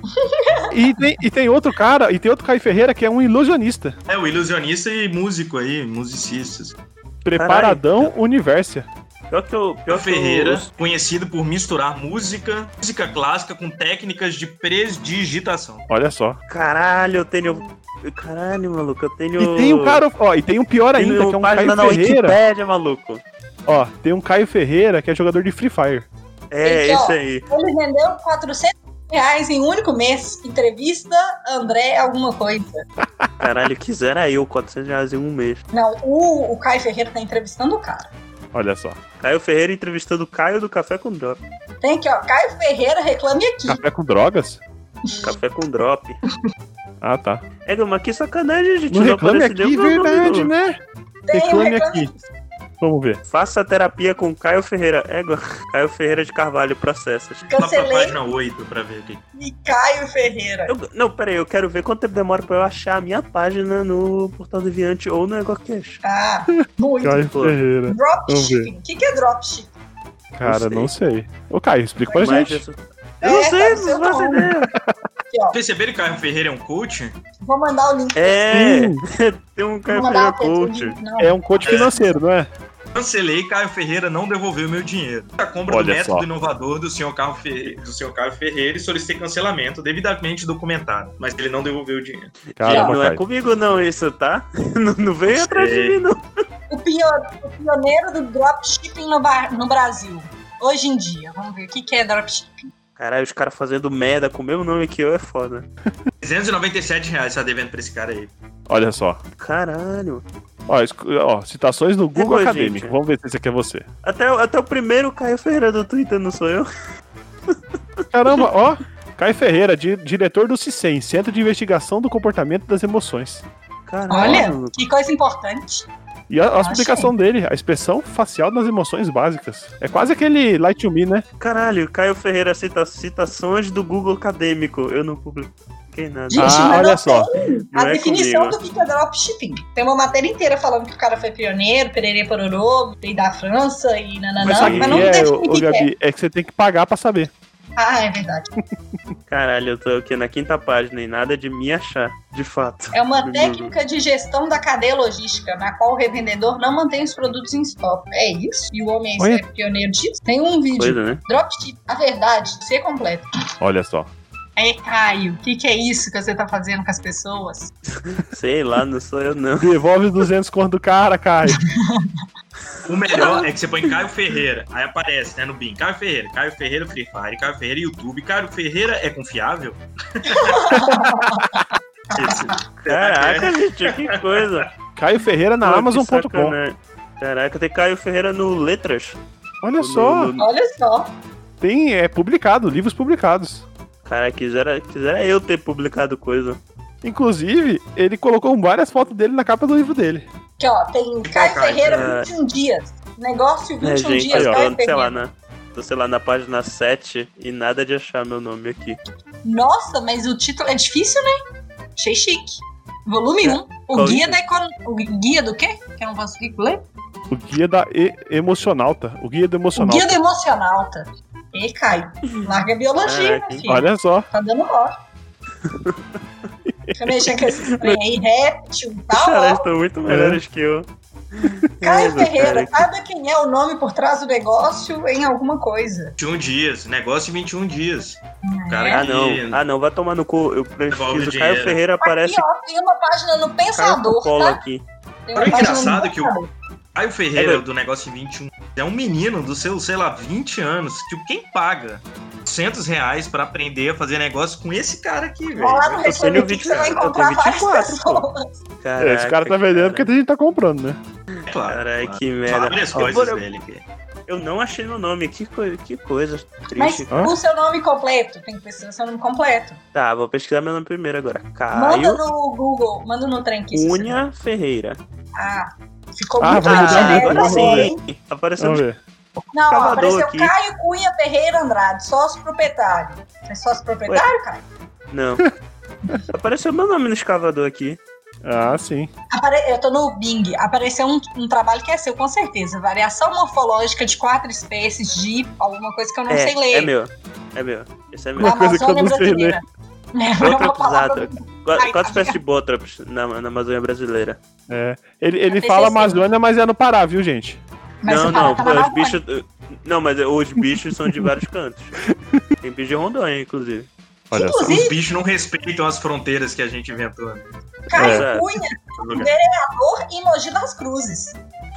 E tem, e tem outro cara, e tem outro Caio Ferreira que é um ilusionista. É, o ilusionista e músico aí, musicista. Preparadão Universa. Pior que eu. Pior que eu- Ferreira, conhecido por misturar música, música clássica com técnicas de presdigitação. Olha só. Caralho, eu tenho. Caralho, maluco, eu tenho. E tem um cara, ó, e tem um pior ainda, Tenho que é um página Caio na Ferreira. Wikipédia, maluco. Ó, tem um Caio Ferreira que é jogador de Free Fire. É, Então, esse aí. Ele vendeu quatrocentos reais em um único mês. Entrevista André alguma coisa. Caralho, quisera eu, quatrocentos reais em um mês. Não, o, o Caio Ferreira tá entrevistando o cara. Olha só. Caio Ferreira entrevistando o Caio do Café com Drop. Tem aqui, ó. Caio Ferreira, reclame aqui. Café com drogas? Café com Drop. Ah, tá. É, mas que sacanagem, gente. Não reclame aparece aqui, nem o meu nome verdade, do- né? Tem, Reclame reclame aqui. Vamos ver. Faça terapia com Caio Ferreira. É, Caio Ferreira de Carvalho, processos. Lá pra Cancelei página oito pra ver aqui. e Caio Ferreira. Eu- não, pera aí, eu quero ver quanto tempo demora pra eu achar a minha página no Portal Deviante ou no EgoCash. Ah, muito. Caio pô. Ferreira. Dropshipping. O que, que é dropshipping? Cara, Não não sei. Ô, Caio, explica pra Mas gente. isso- Eu não É, sei, tá no não seu faço nome. ideia. Aqui, ó. Perceberam que o Caio Ferreira é um coach? Vou mandar o link. É, Sim, tem um Caio Vou mandar Ferreira o Coach. link. Não. é um coach financeiro, não é? Cancelei, Caio Ferreira não devolveu meu dinheiro. A compra Olha do método só. inovador do senhor Caio Ferreira, do senhor Caio Ferreira e solicitei cancelamento devidamente documentado, mas ele não devolveu o dinheiro. Caramba, não é Caio. comigo não isso, tá? Não, não veio atrás de Sei. mim, não. O, pio- o pioneiro do dropshipping no, Ba- no Brasil. Hoje em dia. Vamos ver o que, que é dropshipping. Caralho, os caras fazendo merda com o mesmo nome que eu é foda. trezentos e noventa e sete reais tá devendo pra esse cara aí. Olha só. Caralho. Ó, escu- ó, citações no Google Depois, Acadêmico. gente. Vamos ver se esse aqui é você. Até, o- até o primeiro Caio Ferreira do Twitter não sou eu. Caramba, ó. Caio Ferreira, di- diretor do CISEM, Centro de Investigação do Comportamento das Emoções. Caralho. Olha, que coisa importante. E a, a Achei. explicação dele, a expressão facial das emoções básicas. É quase aquele Light to Me, né? Caralho, Caio Ferreira cita citações do Google Acadêmico. Eu não publiquei nada. Gente, Ah, mas olha não só. tem Não a é definição comigo. do que que é dropshipping. Tem uma matéria inteira falando que o cara foi pioneiro, pererê pororô, veio da França e nananã, Mas mas, sabe o não que é, define ô, o ô, que que é. Gabi? É que você tem que pagar pra saber. Ah, é verdade. Caralho, eu tô aqui na quinta página e nada de me achar, de fato. É uma técnica de gestão da cadeia logística, na qual o revendedor não mantém os produtos em estoque. É isso? E o homem Olha. é pioneiro disso? Tem um vídeo. Coisa, né? Dropship. A verdade, ser completo. Olha só. É, Caio, o que, que é isso que você tá fazendo com as pessoas? Sei lá, não sou eu não. Devolve os duzentos conto do cara, Caio. O melhor é que você põe Caio Ferreira, aí aparece, né, no Bing, Caio Ferreira, Caio Ferreira Free Fire, Caio Ferreira YouTube, Caio Ferreira é confiável? Caraca, gente, que coisa. Caio Ferreira na Pô, que Amazon ponto com. sacanagem. Caraca, tem Caio Ferreira no Letras. Olha No- só. no- Olha só. Tem, é publicado, livros publicados. Cara, quisera, quisera eu ter publicado coisa. Inclusive, ele colocou várias fotos dele na capa do livro dele. Aqui, ó, tem Caio Caio? Ferreira vinte e um dias. Negócio É, vinte e um gente, dias, eu Caio tô, sei lá, Ferreira. na, tô, sei lá, na página sete e nada de achar meu nome aqui. Nossa, mas o título é difícil, né? Achei chique. Volume um. O Qual guia isso? da econ... O guia do quê? Que eu não posso ler? O guia da e Emocionalta. O guia do O Emocionalta. guia do emocionalta. E Caio, larga a biologia, Caraca, meu filho. Olha só. Tá dando nó. Deixa eu mexer com esses trem aí, réptil e tal. Cara, ó. estão muito melhores que eu. Caio Nossa, Ferreira, cara, saiba quem é o nome por trás do negócio em alguma coisa. vinte e um dias, negócio de vinte e um dias. O cara É. Ah, que- não. Ah, não, vai tomar no cu. Eu Devolve pesquiso o Caio dinheiro. Ferreira, aparece Aqui, ó, tem uma página no Caio Pensador, Coppola tá? aqui. Tem uma Olha que página no engraçado que o- Pensador. Caio Ferreira, É, do negócio de vinte e um, é um menino dos seus, sei lá, vinte anos, que quem paga duzentos reais pra aprender a fazer negócio com esse cara aqui, velho? Vai lá no Eu Restore tenho Aqui vinte, que você vai eu encontrar tenho várias vinte e quatro, pô. pessoas. Caraca, É, esse cara tá vendendo porque a gente tá comprando, né? É claro. Caralho, claro. que merda. Várias Ó, coisas eu- dele. que- Eu não achei meu nome. Que, coi- que coisa Mas triste. Hã? o seu nome completo, tem que pesquisar o seu nome completo. Tá, vou pesquisar meu nome primeiro agora. Manda Caio no Google, manda no trem aqui. se você- Cunha Ferreira. Ah, ficou Ah, muito vai mudar Ah, muito, genérico, agora vamos ver. hein? sim. Apareceu Vamos ver. Não, ó, Cavador apareceu aqui. Caio Cunha Ferreira Andrade, sócio proprietário. Você é sócio proprietário, Caio? Não. Apareceu meu nome no escavador aqui. Ah, sim. Apare... Eu tô no Bing. Apareceu um, um trabalho que é seu, com certeza. Variação morfológica de quatro espécies de alguma coisa que eu não é, sei ler. é meu. É meu. Esse é meu. Na Uma coisa que eu Amazônia não sei brasileira. É uma Bótrops palavra. atrox. Quatro, Ai, quatro tá espécies de bótrops na, na Amazônia brasileira. É. Ele, ele T C C. fala Amazônia, mas é no Pará, viu, gente? Mas não, você fala, não, tá pô, na os Amazônia. bichos. Não, mas os bichos são de vários cantos. Tem bicho de Rondônia, inclusive. Olha só. Inclusive, Os bichos não respeitam as fronteiras que a gente inventou. Né? Caio É. Cunha, vereador em Mogi das Cruzes.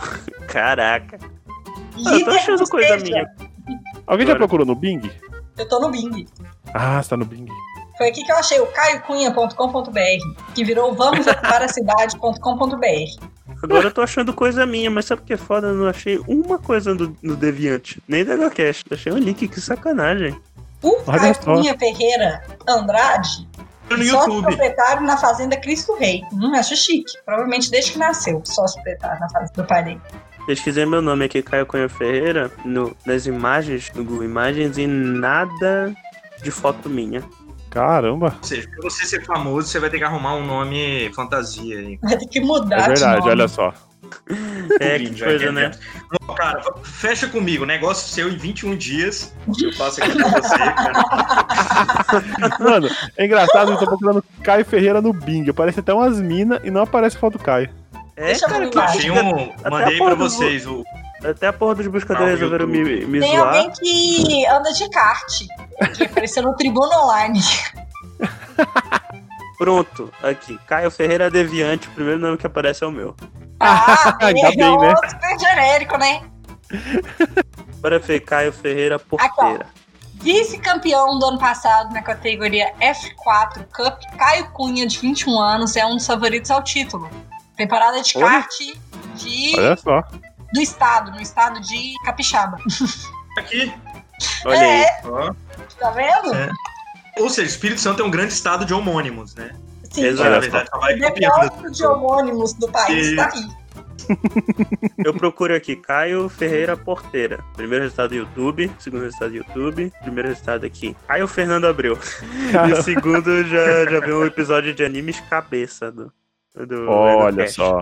Caraca. E Eu tô achando coisa minha. Alguém já Agora. procurou no Bing? Eu tô no Bing. Ah, você tá no Bing. Foi aqui que eu achei o caio cunha ponto com ponto b r, que virou vamos ocupar a cidade ponto com ponto b r. Agora eu tô achando coisa minha, mas sabe o que é foda? Eu não achei uma coisa no, no Deviante. Nem da HCast. Achei um link, que sacanagem. O Olha Caio só. Cunha Ferreira Andrade, No sócio YouTube. proprietário na Fazenda Cristo Rei. Hum, acho chique. Provavelmente desde que nasceu, sócio proprietário na fazenda do pai dele. Pesquisei meu nome aqui, Caio Cunha Ferreira, no, nas imagens, no Google Imagens, e nada de foto minha. Caramba. Ou seja, pra você ser famoso, você vai ter que arrumar um nome fantasia aí. Vai ter que mudar É de verdade, nome. olha só. É, Vídeo, que coisa, é, né? Não, cara, fecha comigo. Negócio seu em vinte e um dias. Eu passo aqui pra você, cara. Mano, é engraçado, eu tô procurando Caio Ferreira no Bing. Aparece até umas minas e não aparece foto do Caio. É, Deixa eu cara, ver que embaixo. Achei busca- um. Até Mandei a porra pra do- vocês o. Até a porra dos buscadores Ah, o resolveram me, YouTube. me Tem zoar. alguém que anda de kart, que apareceu no Tribuna Online. Pronto, aqui. Caio Ferreira Deviante, o primeiro nome que aparece é o meu. Ah, Ainda ele bem, é né? outro super genérico, né? Bora ver, Caio Ferreira Porteira. Vice-campeão do ano passado na categoria F quatro Cup, Caio Cunha, de vinte e um anos, é um dos favoritos ao título. Temporada de Olha. kart de, Olha só. do estado, no estado de Capixaba. Aqui. Olha É. aí. Ó. Tá vendo? É. Ou seja, Espírito Santo é um grande estado de homônimos, né? Sim, Exato. Na verdade, só vai o copiando. depósito de homônimos do país E- tá aí. Eu procuro aqui Caio Ferreira Porteira. Primeiro resultado do YouTube, segundo resultado do YouTube, primeiro resultado aqui. Caio Fernando Abreu. E o segundo já, já viu um episódio de animes cabeça do. do Olha Endocast. só.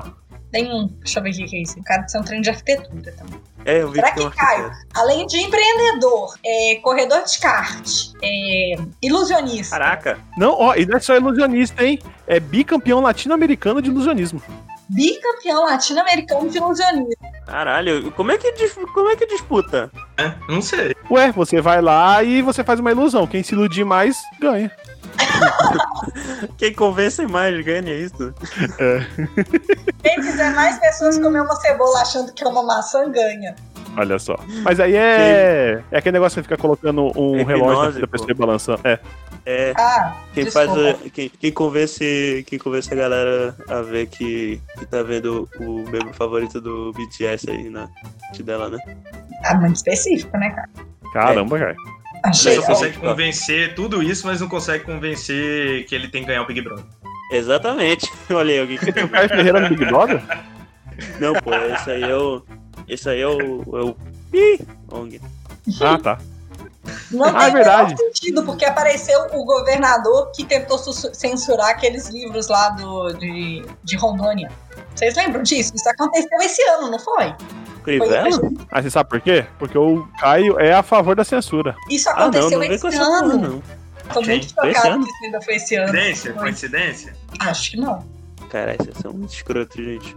Tem um, deixa eu ver o que é isso. O cara de ser um trem de arquitetura também. É, eu vi Será que tem que, um Caio, arquiteto. além de empreendedor, é, corredor de kart, é, ilusionista. Caraca. Não, ó, e não é só ilusionista, hein? É bicampeão latino-americano de ilusionismo. Bicampeão latino-americano de ilusionista. Caralho, como é que, dis- como é que disputa? É, não sei. Ué, você vai lá e você faz uma ilusão. Quem se iludir mais, ganha. Quem convence mais ganha isso. Quem fizer mais pessoas comer uma cebola achando que é uma maçã, ganha. Olha só. Mas aí é. É aquele negócio que você fica colocando um É relógio na hipnose, frente da pessoa pô. e balançando. É. É, Ah, quem desculpa. faz a, quem, quem convence quem convence a galera a ver que, que tá vendo o membro favorito do B T S aí na arte dela, né? Ah, muito específico, né, cara? Caramba, cara. Achei. Você só consegue ó. convencer tudo isso, mas não consegue convencer que ele tem que ganhar o Big Brother. Exatamente. Olha aí, alguém que O Caio Ferreira no Big Brother? Não, pô, esse aí é o. Esse aí é o. É o... Ih, Ong. Ah, tá. Não Ah, tem é verdade. o menor sentido, porque apareceu o governador que tentou su- censurar aqueles livros lá do, de, de Rondônia. Vocês lembram disso? Isso aconteceu esse ano, não foi? Foi Crivella? Ah, você sabe por quê? Porque o Caio é a favor da censura. Isso Ah, não, aconteceu não vem esse com essa porra, ano. não. Tô Sim, muito foi esse chocada ano? que isso ainda foi esse ano. Coincidência? Foi. Coincidência? Acho que não. Cara, vocês são muito escrotos, gente.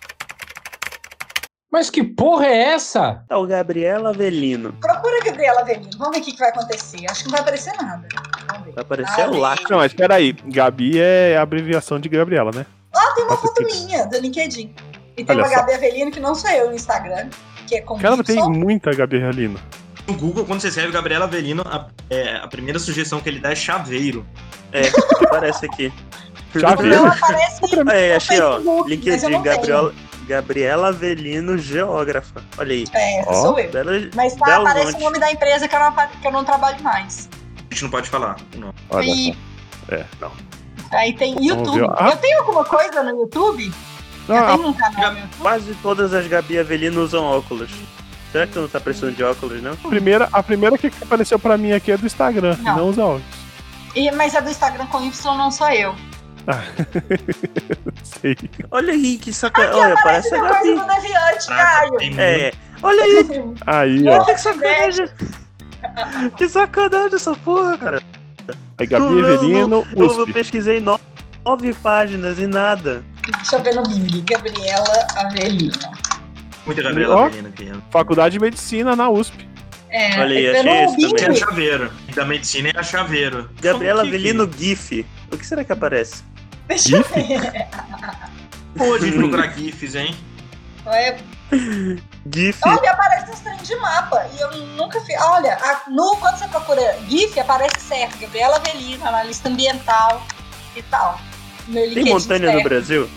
Mas que porra é essa? Tá o Gabriela Avelino. Procura a Gabriela Avelino. Vamos ver o que, que vai acontecer. Acho que não vai aparecer nada. Vamos ver. Vai aparecer Ah, o Lacre. Não, mas peraí. Gabi é a abreviação de Gabriela, né? Ó, tem uma Pode foto ser. minha do LinkedIn. E tem Olha uma só. Gabi Avelino que não sou eu no Instagram, que é com Caramba, tem Y. muita Gabi Avelino. No Google, quando você escreve Gabriela Avelino, a, é, a primeira sugestão que ele dá é chaveiro. É, aparece aqui. Chaveiro. Não aparece É, achei, ó. Facebook, mas eu LinkedIn, não tenho. Gabriela, Gabriela Avelino, geógrafa. Olha aí. É, essa Ó. sou eu. Bela, Mas tá, Belo aparece Monte. o nome da empresa que eu não, apa- que eu não trabalho mais. A gente não pode falar. Não. Olha E só. É, não. aí tem Vamos YouTube. ver. Ah. Eu tenho alguma coisa no YouTube? Não, eu a- tenho um canal no YouTube? Quase todas as Gabi Avelino usam óculos. Será que tu não tá precisando de óculos, não? a primeira, a primeira que apareceu pra mim aqui é do Instagram. Não. Não usa óculos. E, mas a do Instagram com Y não sou eu. Sei. Olha aí, que saca... Aqui Olha, aparece parece a uma coisa Gabi. do Deviante, Caraca, Caio. tem muito. É, olha aí, Aí, ó. que sacanagem. Que sacanagem essa porra, cara. Aí, Gabi Não, não, Avelino, Eu U S P. pesquisei no- nove páginas e nada. Deixa eu ver no Bing. Gabriela Avelino. Muita Gabriela Ó. Avelino aqui. Faculdade de Medicina na U S P. É, Olha aí, eu achei no esse Bing. Tem a chaveiro. E da medicina é a chaveiro. Gabriela Como que- Avelino GIF. O que será que aparece? Deixa eu GIF? ver. Pô, de procurar GIFs, hein? É, GIF. olha, aparece uns trem de mapa. E eu nunca fiz. Olha, a- no, quando você procura GIF, aparece certo. Gabriela Avelino, analista ambiental e tal. Meu Tem LinkedIn montanha no certo. Brasil?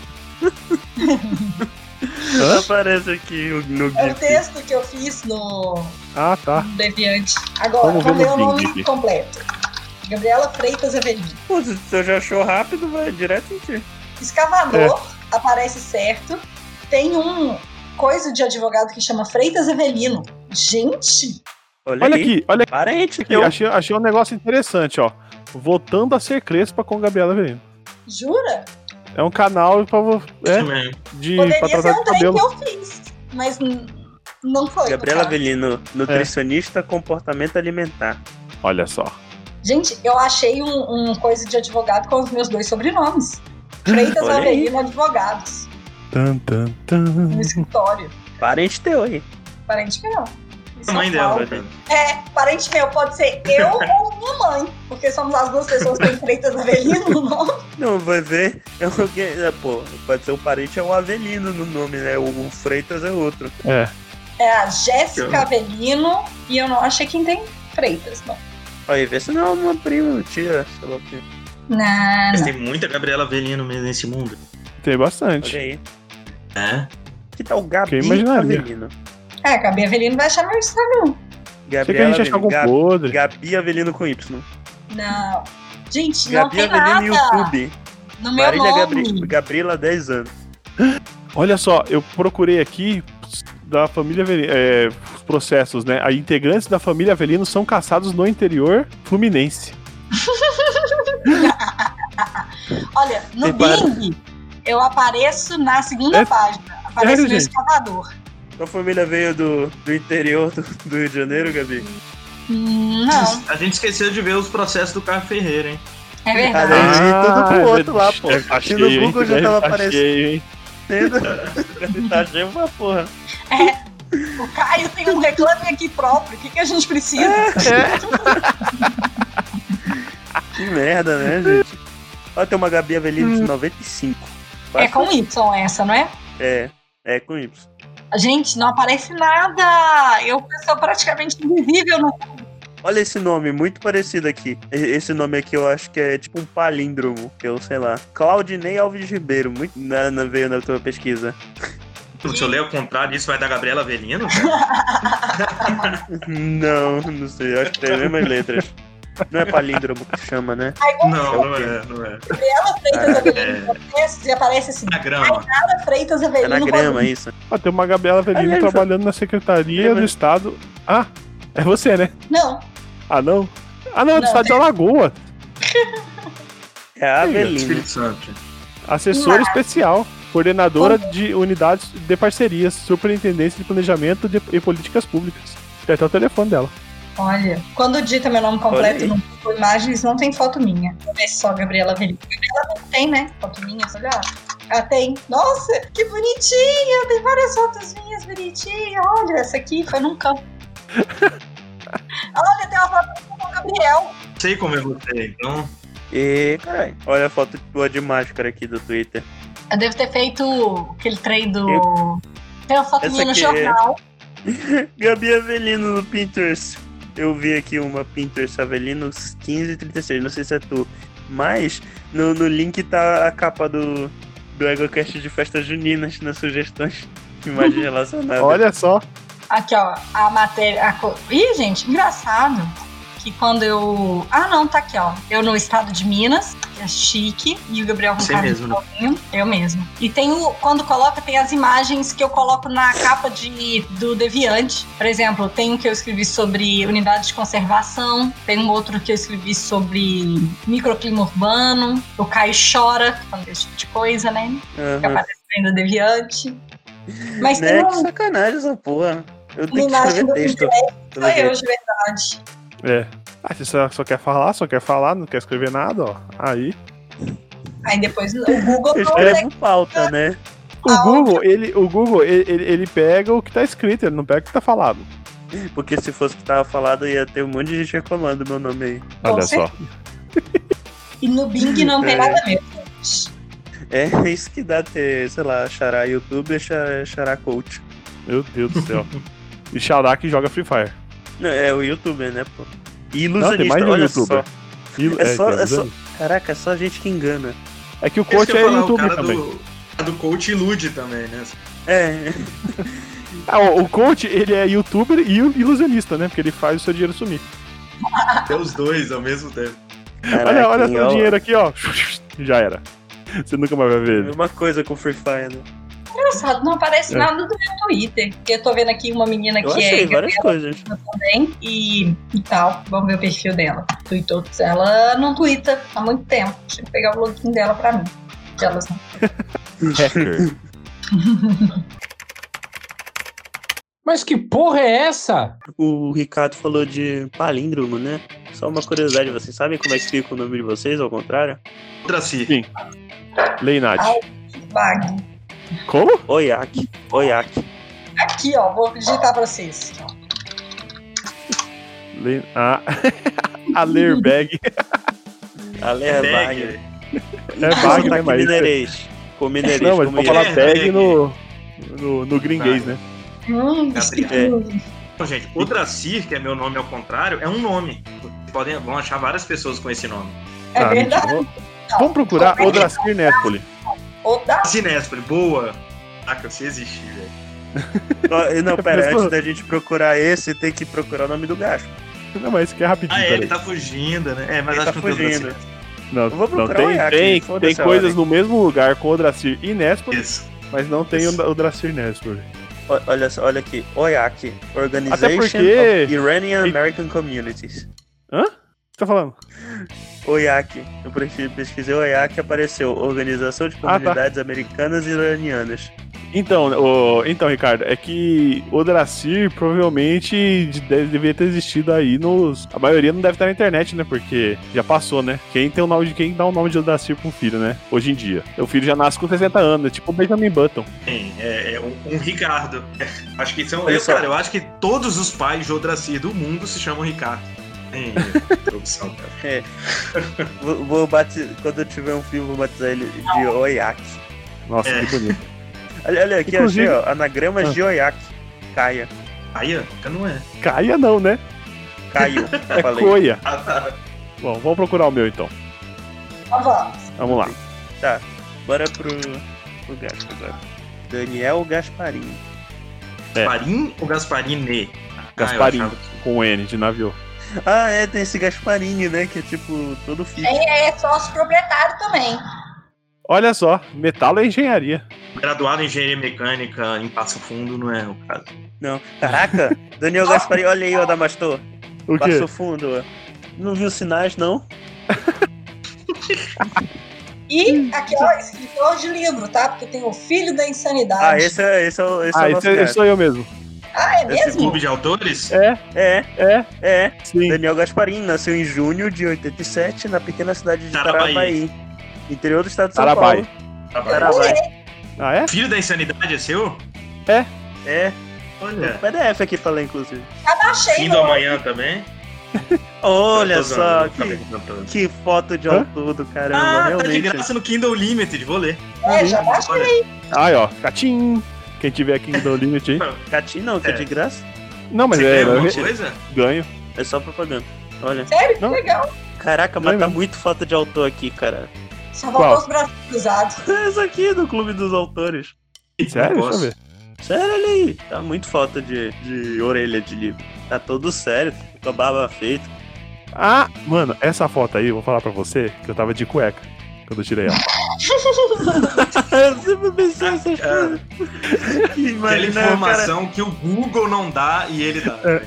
Hã? Aparece aqui o- no É o GIF. texto que eu fiz no Ah, tá. Deviante. Agora, Vamos vamos ver ver o no nome Bing aqui. completo. Gabriela Freitas Avelino. Pô, se você já achou rápido, vai direto em ti. Escavador, aparece certo. Tem um coisa de advogado que chama Freitas Avelino. Gente, Olha, Olha aí. aqui, olha Parente, aqui. eu... Achei, achei um negócio interessante, ó. Voltando a ser Crespa com Gabriela Avelino. jura? É um canal pra, vo- é, Isso mesmo. de, pra Poderia ser tratar um de trem que cabelo. eu fiz, mas n- não foi. Gabriela no caso. Avelino, nutricionista, comportamento alimentar. Olha só. Gente, eu achei um, um coisa de advogado com os meus dois sobrenomes. Freitas Olha aí. Avelino Advogados, Tan, tan, tan. no escritório. Parente teu aí. Parente meu. Em A mãe São dela, Paulo. cara. É, parente meu, pode ser eu ou minha mãe, porque somos as duas pessoas que têm Freitas Avelino no nome. Não, vai ver. É alguém. É, pô, pode ser o parente, é o Avelino no nome, né? O, o Freitas é outro. É. É a Jéssica Avelino e eu não achei quem tem Freitas, não. Aí, vê se não é uma prima, tia, sei lá o quê. Não, Mas não. tem muita Gabriela Avelino mesmo nesse mundo. Tem bastante. Olha aí. É. Que tal Gabi Quem imaginaria? Avelino? É, Gabi Avelino vai achar meu Instagram. Sei que a gente achar algum Gabi, podre. Gabi Avelino com Y. Não. Gente, não Gabi tem Avelino nada YouTube. no meu Marília nome. Gabri... Gabriela, dez anos. Olha só, eu procurei aqui da família Avelino, é, os processos, né? Aí integrantes da família Avelino são caçados no interior fluminense. Olha, no Tem para- Bing, Eu apareço na segunda É? página. Apareço Sério, no gente? escavador. Sua família veio do, do interior do, do Rio de Janeiro, Gabi? Hum, não, A gente esqueceu de ver os processos do Carlos Ferreira, hein? é Ah, verdade. deve vir tudo pro outro lá, pô. Deve tá Se no cheio, hein? Google já Deve tava tá aparecendo. cheio, hein? Tá cheio uma porra. O Caio tem um reclame aqui próprio. O que, que a gente precisa? Que merda, né, gente? Ó, tem uma Gabi Avelino de noventa e cinco. É com Y essa, não é? É, é com Y. Gente, não aparece nada. Eu sou praticamente invisível no. Olha esse nome, muito parecido aqui. E- Esse nome aqui eu acho que é tipo um palíndromo, que eu sei lá. Claudinei Alves Ribeiro, muito na, na, veio na tua pesquisa. Se eu ler ao contrário, isso vai dar Gabriela Avelino? Não, não sei, eu acho que tem as mesmas letras. Não é palíndromo que chama, né? Não, não é, não é. Gabriela Freitas Avelino processos e aparece assim. Na grama. Gabriela Freitas É Avelino. na grama, isso. Ó, tem uma Gabriela Avelino Aliás, trabalhando na Secretaria Lembra? do Estado. Ah, é você, né? Não, Ah, não? Ah, não, é do Não, Estado de Alagoas. É a Avelino. Espírito Santo. Assessora Não. especial. Coordenadora de unidades de parcerias. Superintendência de Planejamento de- e Políticas Públicas. Tem até o telefone dela. olha. Quando digita meu nome Olha completo aí. no Google Imagens, não tem foto minha. Deixa eu ver se só Gabriela Avelino. Gabriela não tem, né? Foto minha, olha. Ela tem. Nossa, que bonitinha! Tem várias fotos minhas bonitinhas. Olha, essa aqui foi num campo. Olha, tem uma foto com o Gabriel. Sei como é você, então. E, caralho, olha a foto tua de máscara aqui do Twitter. Eu devo ter feito aquele trem do. Tem uma foto Essa minha no aqui jornal. Gabi Avelino no Pinterest. Eu vi aqui uma Pinterest Avelino quinze trinta e seis, não sei se é tu. Mas no, no link tá a capa do, do EgoCast de festas juninas nas sugestões. Imagem relacionada. Olha só. Aqui, ó, a matéria. A co... Ih, gente, engraçado que quando eu. Ah, não, tá aqui, ó. Eu no estado de Minas, que é chique, e o Gabriel com Você cara mesmo, de né? novinho, eu mesmo. E tem o. Quando coloca, tem as imagens que eu coloco na capa de, do Deviante. Por exemplo, tem um que eu escrevi sobre unidade de conservação, tem um outro que eu escrevi sobre microclima urbano, o Caio chora, falando desse tipo de coisa, né? Que Aham. aparece ainda Deviante. Mas Né, tem que um. sacanagem essa porra. Eu tenho que imagem escrever do texto. pelo Sou eu, jeito. de verdade. É. Ah, você só, só quer falar, só quer falar, não quer escrever nada, ó. Aí. Aí depois o Google Eu não escrevo pauta, né? O Ah, Google, ele, o Google ele, ele, ele pega o que tá escrito, ele não pega o que tá falado. Porque se fosse o que tava falado, ia ter um monte de gente reclamando do meu nome aí. Com Olha só. E no Bing não tem É. nada mesmo. É isso que dá ter, sei lá, xará youtuber, xará, xará coach. Meu Deus do céu. E Xará que joga Free Fire. Não, é o youtuber, né, pô? E Não, tem ilusionista, mais de um olha youtuber. só. E- É só- tem é só- razão. Caraca, é só gente que engana. É que o Esse que coach eu é ia falar, o youtuber cara também. do, a do coach ilude também, né? É, Ah, o, o coach, ele é youtuber e ilusionista, né? Porque ele faz o seu dinheiro sumir. Até os dois ao mesmo tempo. Olha, olha hein, seu ó, dinheiro aqui, ó. Já era. Você nunca mais vai ver ele. Mesma coisa com Free Fire, né? Engraçado, não aparece É. nada do meu Twitter. Porque eu tô vendo aqui uma menina Eu que achei é várias coisas. também e, e tal. Vamos ver o perfil dela. Tweetou. Ela não twitta há muito tempo. Deixa eu pegar o login dela pra mim. Que elas não. Hacker. Mas que porra é essa? O Ricardo falou de palíndromo, né? Só uma curiosidade, vocês sabem como é que fica o nome de vocês, ao contrário? Draci. Sim. Leinat. Ai. Vague. Como? Oiak. Oiak. Aqui, ó. Vou digitar pra vocês. Le... Ah. A Lerbag. Ale é Bag. Wagner. É bag, né? Aqui Mas... mineirês. Com mineirês, Não, mas como vou ia. falar É, bag bag. no, no, no gringuês, né? Hum, Gabriel. escrito. Então, gente, o Dracir, que é meu nome ao contrário, é um nome. Vocês podem, vão achar várias pessoas com esse nome. É Ah, verdade. mentira. Vamos procurar Odracir Nespoli. Ou da Sinespoli, boa. Caraca, você existe, velho. Ó, Não, pera, Mas, antes pô. da gente procurar esse, tem que procurar o nome do gajo. Não, mas isso aqui é rapidinho, Ah, é, peraí. ele tá fugindo, né? É, mas Ele acho tá que não tem o fugindo. Dracir. Não, Eu vou não procurar tem, o Iac, tem, foda-se tem a coisas ordem. no mesmo lugar com Odracir e Nespoli, Isso. mas não tem Isso. o Odracir Nespoli. Ó, Olha, só, olha aqui, Oiak, Organization Até porque- of Iranian American Communities. Hã? O que você tá falando? OIAC. Eu pesquisei OIAC e apareceu Organização de Comunidades ah, tá. Americanas e Iranianas. Então, o, então, Ricardo, é que o Dracir provavelmente deve, deveria ter existido aí nos... A maioria não deve estar na internet, né? Porque já passou, né? Quem tem o nome de quem dá o nome de Dracir pra um filho, né? Hoje em dia. O filho já nasce com sessenta anos, é tipo o Benjamin Button. Sim, é, é um, um Ricardo. Acho que são. Eu, cara, eu acho que todos os pais de Odracir do mundo se chamam Ricardo. Produção, cara. É. Vou, vou batizar, quando eu tiver um filho, vou batizar ele de OIAC. Nossa, é. Que bonito. Olha, olha aqui, Inclusive... achei, ó, anagramas ah. de OIAC. Caia. Caia? Não é. Caia não, né? Caio. É falei. Coia. Ah, tá. Bom, vamos procurar o meu então. Vamos. Vamos lá. Tá, bora pro, pro Gaspa agora. Daniel Gasparini. É. Gasparini ou Gasparini? Gasparini, ah, com N de navio. Ah, é, tem esse Gasparini, né? Que é tipo todo filho. É, é sócio proprietário também. Olha só, metalo é engenharia. Graduado em engenharia mecânica em Passo Fundo não é o caso. Não. Caraca, Daniel Gasparini, olha aí, ó, Damastor. O quê? Passo Fundo, ó. Não viu sinais, não? E aqui, ó, escritor de livro, tá? Porque tem o Filho da Insanidade. Ah, esse é, esse é, esse ah, é o esse, esse sou eu mesmo. Ah, é mesmo? Esse clube de autores? É, é, é, é. Sim. Daniel Gasparini nasceu em junho de oitenta e sete na pequena cidade de Tarabai. Tarabai, interior do estado de São Tarabai. Paulo. Tarabai. Ah, é? Filho da Insanidade é seu? É. É. Olha. O P D F aqui pra ler, inclusive. Abaixei. Fim do amanhã também? Olha só, que, que foto de autor do caramba, ah, realmente. Tá de graça no Kindle Limited, vou ler. É, já baixei. Aí, ó, Catim. Quem tiver Kindle Limited aí. Catim não, que é. é de graça? Não, mas Você é... ganha alguma é, coisa? Ganho. É só propaganda. Olha. Sério? Que não. legal. Caraca, mas não, tá não. muito foto de autor aqui, cara. Só faltou os braços cruzados. Essa aqui é do Clube dos Autores. Sério? Deixa eu ver. Sério, olha aí. Tá muito foto de, de orelha de livro. Tá todo sério, com a barba feita. Ah, mano, essa foto aí, eu vou falar pra você que eu tava de cueca quando eu tirei ela. Eu sempre pensei nessas coisas. Aquela informação cara... que o Google não dá e ele dá. É.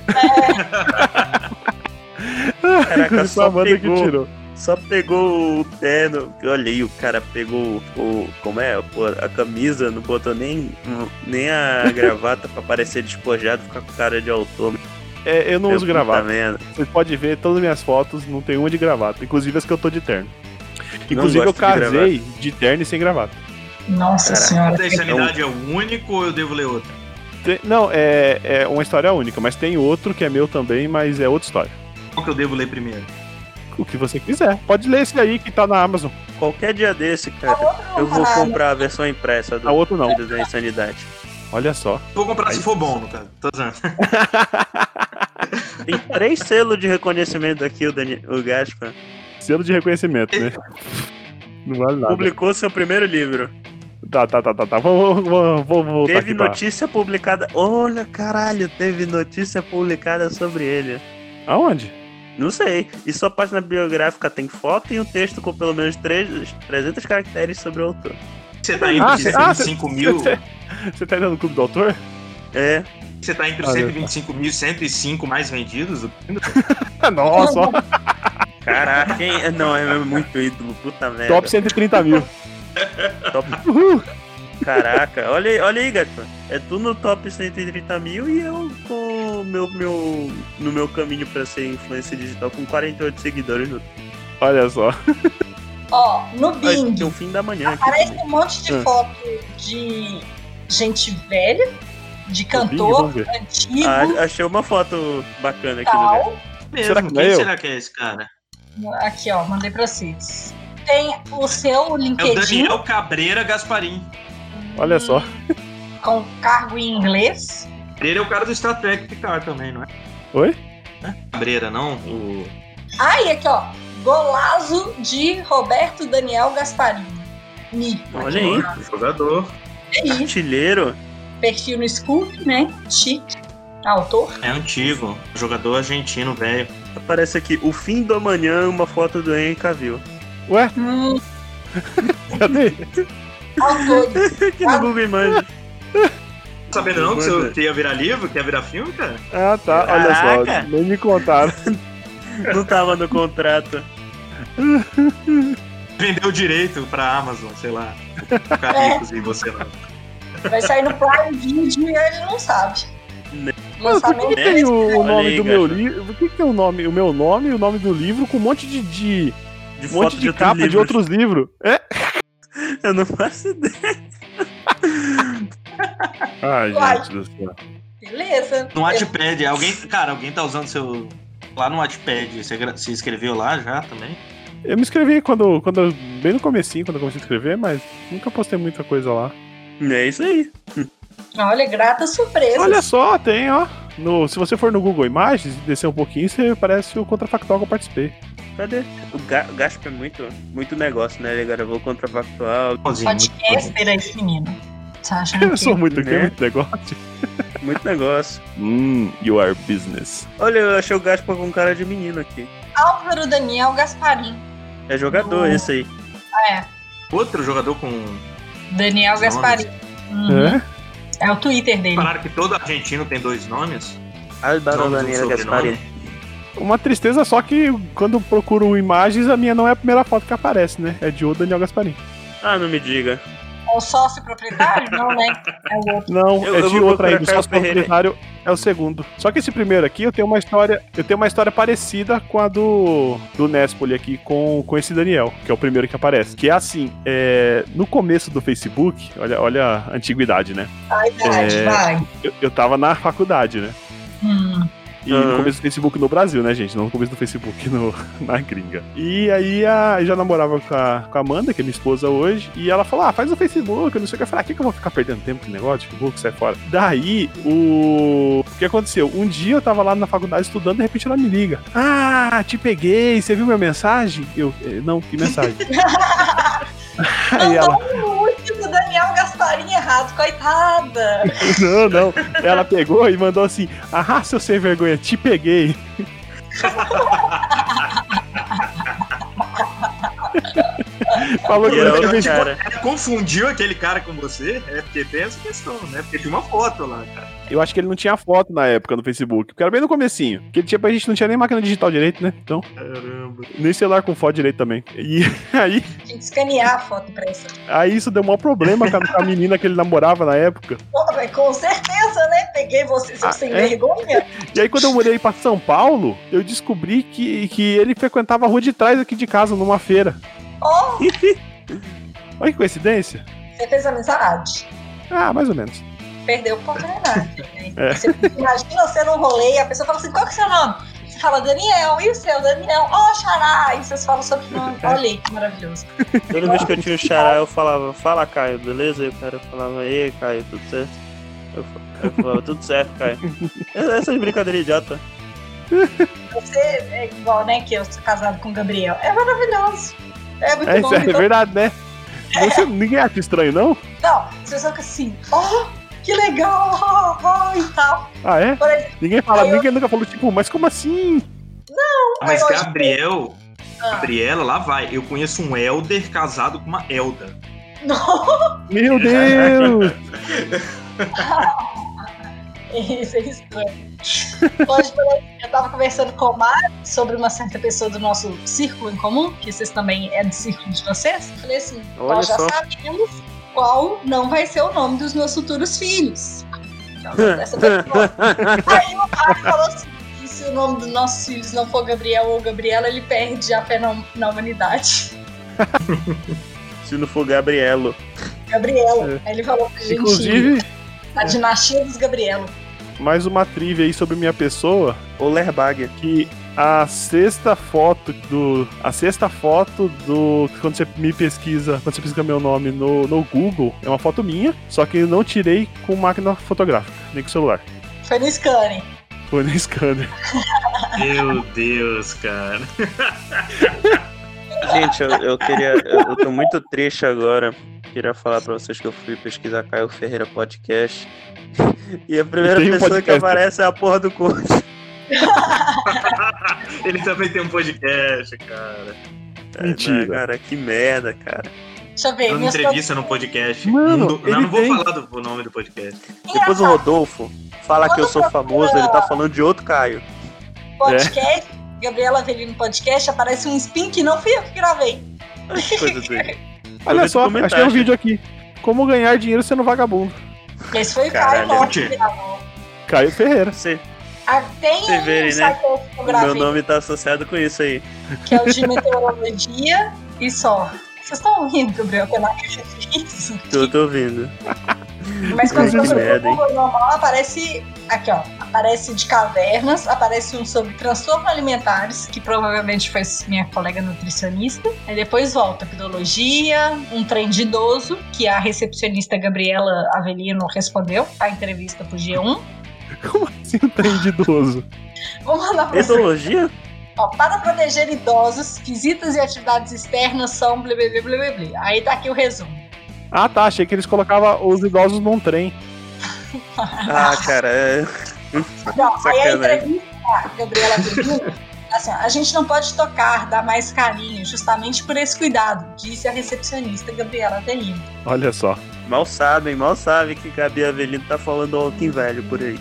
Caraca, só banda pegou, que tirou. só pegou o terno. Olha aí, o cara pegou o. Como é? A camisa, não botou nem, nem a gravata pra parecer despojado, ficar com cara de autor. É, eu não Meu uso gravata. Merda. Você pode ver todas as minhas fotos, não tem uma de gravata. Inclusive as que eu tô de terno. Inclusive eu casei de, de terno e sem gravata. Nossa Caraca. senhora. A insanidade é o único ou eu devo ler outra? Tem, não, é, é uma história única, mas tem outro que é meu também, mas é outra história. Qual que eu devo ler primeiro? O que você quiser. Pode ler esse aí que tá na Amazon. Qualquer dia desse, cara, eu vou comprar a versão impressa do a outro não. da Insanidade. Olha só. Vou comprar aí. Se for bom, no caso. Tô usando. Tem três selos de reconhecimento aqui, o, Dani, o Gaspa. Selo de reconhecimento, né? Não vale nada. Publicou seu primeiro livro. Tá, tá, tá, tá, tá. Vamos, vamos, vamos voltar Teve aqui, notícia tá. publicada. Olha, caralho, teve notícia publicada sobre ele. Aonde? Não sei. E sua página biográfica tem foto e um texto com pelo menos trezentos caracteres sobre o autor. Você tá entre ah, os cento e vinte e cinco mil? Você, você tá indo no clube do autor? É. Você tá entre os cento e vinte e cinco mil e cento e cinco mais vendidos do Kindle? Nossa, ó. Caraca, hein? Não, é muito ídolo, puta merda. Top cento e trinta mil. Top. Uhul. Caraca, olha aí, olha aí, gato. É tu no top cento e trinta mil e eu com meu, meu, no meu caminho pra ser influencer digital com quarenta e oito seguidores. No... Olha só. Ó, no Bing. Tem o fim da manhã. Aparece um monte de ah. foto de gente velha, de cantor Bing, antigo. Ah, achei uma foto bacana aqui tal. do gato. Mesmo, Será que quem é eu? será que é esse cara? Aqui, ó, mandei pra vocês. Tem o seu É o LinkedIn Daniel Cabreira Gasparim. Olha só. com cargo em inglês. Ele é o cara do Star Trek Picard também, não é? Oi? É? Cabreira, não? O... Ah, e aqui, ó. Golazo de Roberto Daniel Gasparini. Olha aí. Jogador. É isso. Artilheiro. Perfil no Scoop, né? Chique. Autor. É antigo. Jogador argentino, velho. Aparece aqui, o fim do amanhã, uma foto do Henry Cavill. Ué? Hum, Cadê? autores. Aqui no Google Imagens. Sabendo não que você que ia virar livro, que ia virar filme, cara? Ah, tá. Olha Caraca. só. Nem me contaram. Não tava no contrato. Vendeu o direito pra Amazon, sei lá. Ficar É. ricos e você não. Vai sair no Prime Video e ele não sabe. Mano, por que, que tem o, o Olha nome aí, do meu gajo. livro? Por que, que tem o nome, o meu nome e o nome do livro com um monte de, de De um monte foto de, outros capa de livros. outros livros? É? Eu não faço ideia. Ai, Uai. gente do céu. Beleza. No Wattpad, alguém, cara, alguém tá usando seu. Lá no Wattpad, você gra- se inscreveu lá já também? Eu me inscrevi quando, quando, bem no comecinho, quando eu comecei a escrever, mas nunca postei muita coisa lá. É isso aí. Olha, grata surpresa. Olha só, tem, ó. No, se você for no Google Imagens e descer um pouquinho, você parece o Contrafactual que eu participei. Cadê? O Ga- o Gaspo é muito, muito negócio, né? Ele gravou Contrafactual. Podcaster é esse menino. Você acha que... Eu sou muito, Né? muito negócio. Muito negócio. Hum, you are business. Olha, eu achei o Gaspo com cara de menino aqui. Álvaro Daniel Gasparim. É jogador Não. esse aí. É, Outro jogador com. Daniel Nomes. Gasparim. Uhum. É? É o Twitter dele. Falaram que todo argentino tem dois nomes? Álvaro Nomes, um Daniel sobrenome? Gasparini. Uma tristeza só que quando eu procuro imagens, a minha não é a primeira foto que aparece, né? É de o Daniel Gasparim. Ah, não me diga. É o sócio proprietário? Não, né? É o outro. Não, Eu- é eu de vou outra aí, do procurar sócio Caio Ferreira. proprietário é o segundo. Só que esse primeiro aqui, eu tenho uma história, eu tenho uma história parecida com a do, do Nespoli aqui, com, com esse Daniel, que é o primeiro que aparece. Que é assim, é, no começo do Facebook, olha, olha a antiguidade, né? A idade, É. vai. Eu, eu tava na faculdade, né? Hum. E Uhum. no começo do Facebook no Brasil, né, gente? Não no começo do Facebook no, na gringa. E aí a, eu já namorava com a, com a Amanda, que é minha esposa hoje, e ela falou: ah, faz o Facebook, eu não sei o que. Eu falei: ah, que, que eu vou ficar perdendo tempo com negócio de Facebook, sai fora. Daí, o... o que aconteceu? Um dia eu tava lá na faculdade estudando, de repente ela me liga: ah, te peguei, você viu minha mensagem? Eu, "Eh, não, que mensagem? Aí ela, O último Daniel Gasparim errado, coitada. não, não. Ela pegou e mandou assim: ah, seu sem vergonha, te peguei. Falou que E eu é outro escrevi cara. Ela confundiu aquele cara com você? É porque tem essa questão, né? Porque tinha uma foto lá, cara. Eu acho que ele não tinha foto na época no Facebook, porque era bem no comecinho. Porque tipo, a gente não tinha nem máquina digital direito, né? Então, Caramba. nem celular com foto direito também. E aí, Tinha que escanear a foto impressa. aí isso deu um maior problema com a, com a menina que ele namorava na época. Pô, mas com certeza, né? Peguei você, seu Ah, sem é? vergonha. E aí, quando eu mudei pra São Paulo, eu descobri que, que ele frequentava a rua de trás aqui de casa, numa feira. Oh, Olha que coincidência. você fez amizade. Ah, mais ou menos. Perdeu a oportunidade. né? É. Você imagina você num rolê e a pessoa fala assim: qual que é o seu nome? Você fala Daniel, e o seu? Daniel, ó, oh, Xará. E vocês falam sobre o nome. Olha aí, que maravilhoso. Toda vez que eu tinha o xará, eu falava: fala, Caio, beleza? E o cara falava: ei, Caio, tudo certo? Eu, fa- eu falava: tudo certo, Caio. Essas brincadeiras idiota. Você é igual, né? Que eu sou casado com o Gabriel. É maravilhoso. É muito É, bom. isso é Então, verdade, né? Você, ninguém acha estranho, não? não, você só fica assim: ó, que legal, ó, ó, e tal. Ah, é? Por exemplo, Ninguém fala, Aí eu- ninguém nunca falou, tipo, mas como assim? Mas Aí hoje- Gabriel, Ah. Gabriela, lá vai. Eu conheço um Elder casado com uma Elda. não, Meu Deus! isso é estranho. Hoje, por exemplo, eu tava conversando com o Mário sobre uma certa pessoa do nosso círculo em comum, que vocês também é do círculo de vocês. Eu falei assim: Olha nós já só. sabemos qual não vai ser o nome dos meus futuros filhos. Então, essa pessoa. Aí o Mário falou assim: que se o nome dos nossos filhos não for Gabriel ou Gabriela, ele perde a fé na, na humanidade. Se não for Gabrielo. Gabriela. Aí ele falou pra gente: Inclusive, a dinastia dos Gabrielo. mais uma trivia aí sobre minha pessoa, Ou Lerbaga. que a sexta foto do... A sexta foto do... Quando você me pesquisa, quando você pesquisa meu nome no, no Google, é uma foto minha, só que eu não tirei com máquina fotográfica, nem com celular. Foi no scanner. Foi no scanner. Meu Deus, cara. Gente, eu, eu queria. Eu, eu tô muito triste agora. Queria falar pra vocês que eu fui pesquisar Caio Ferreira Podcast. E a primeira Tem um pessoa que podcast. aparece é a porra do coach. Ele também tem um podcast, cara. Mentira. É, cara, que merda, cara. Deixa eu ver. Dando minhas entrevista no podcast. Mano, Não do- ele não, não vou tem. falar do nome do podcast. Depois o Rodolfo fala que eu sou Quando famoso, ele tá falando de outro Caio. podcast, Gabriela Avelino Podcast, aparece um spin que não fui eu que gravei. Ai, que coisa dele. Olha só, achei um vídeo aqui. Como ganhar dinheiro sendo vagabundo. Esse foi o Caralho, Caio Lopes que gravou. Caio Ferreira. Você, Ah, tem você um verem, site né? que eu O meu gravei, nome tá associado com isso aí. que é o de meteorologia e só. Vocês estão ouvindo, Gabriel? Eu não acredito nisso. Tô, tô ouvindo. Mas quando Que você merda, no hein? Google normal, aparece aqui, ó. Aparece de cavernas, aparece um sobre transtornos alimentares, que provavelmente foi minha colega nutricionista. Aí depois volta pedologia, um trem de idoso, que a recepcionista Gabriela Avelino respondeu a entrevista pro G um. Como assim um trem de idoso? Vou mandar pra você. Pedologia? Ó, para proteger idosos, visitas e atividades externas são blá blá blá blá blá blá. Aí tá aqui o resumo. Ah, tá. Achei que eles colocavam os idosos num trem. Ah, cara, é... Não, aí a Sacanagem. entrevista da Gabriela Avelino, assim, ó, a gente não pode tocar, dar mais carinho, justamente por esse cuidado, disse a recepcionista Gabriela Avelino. Olha só. Mal sabem, mal sabem que Gabi Avelino tá falando alto em velho por aí.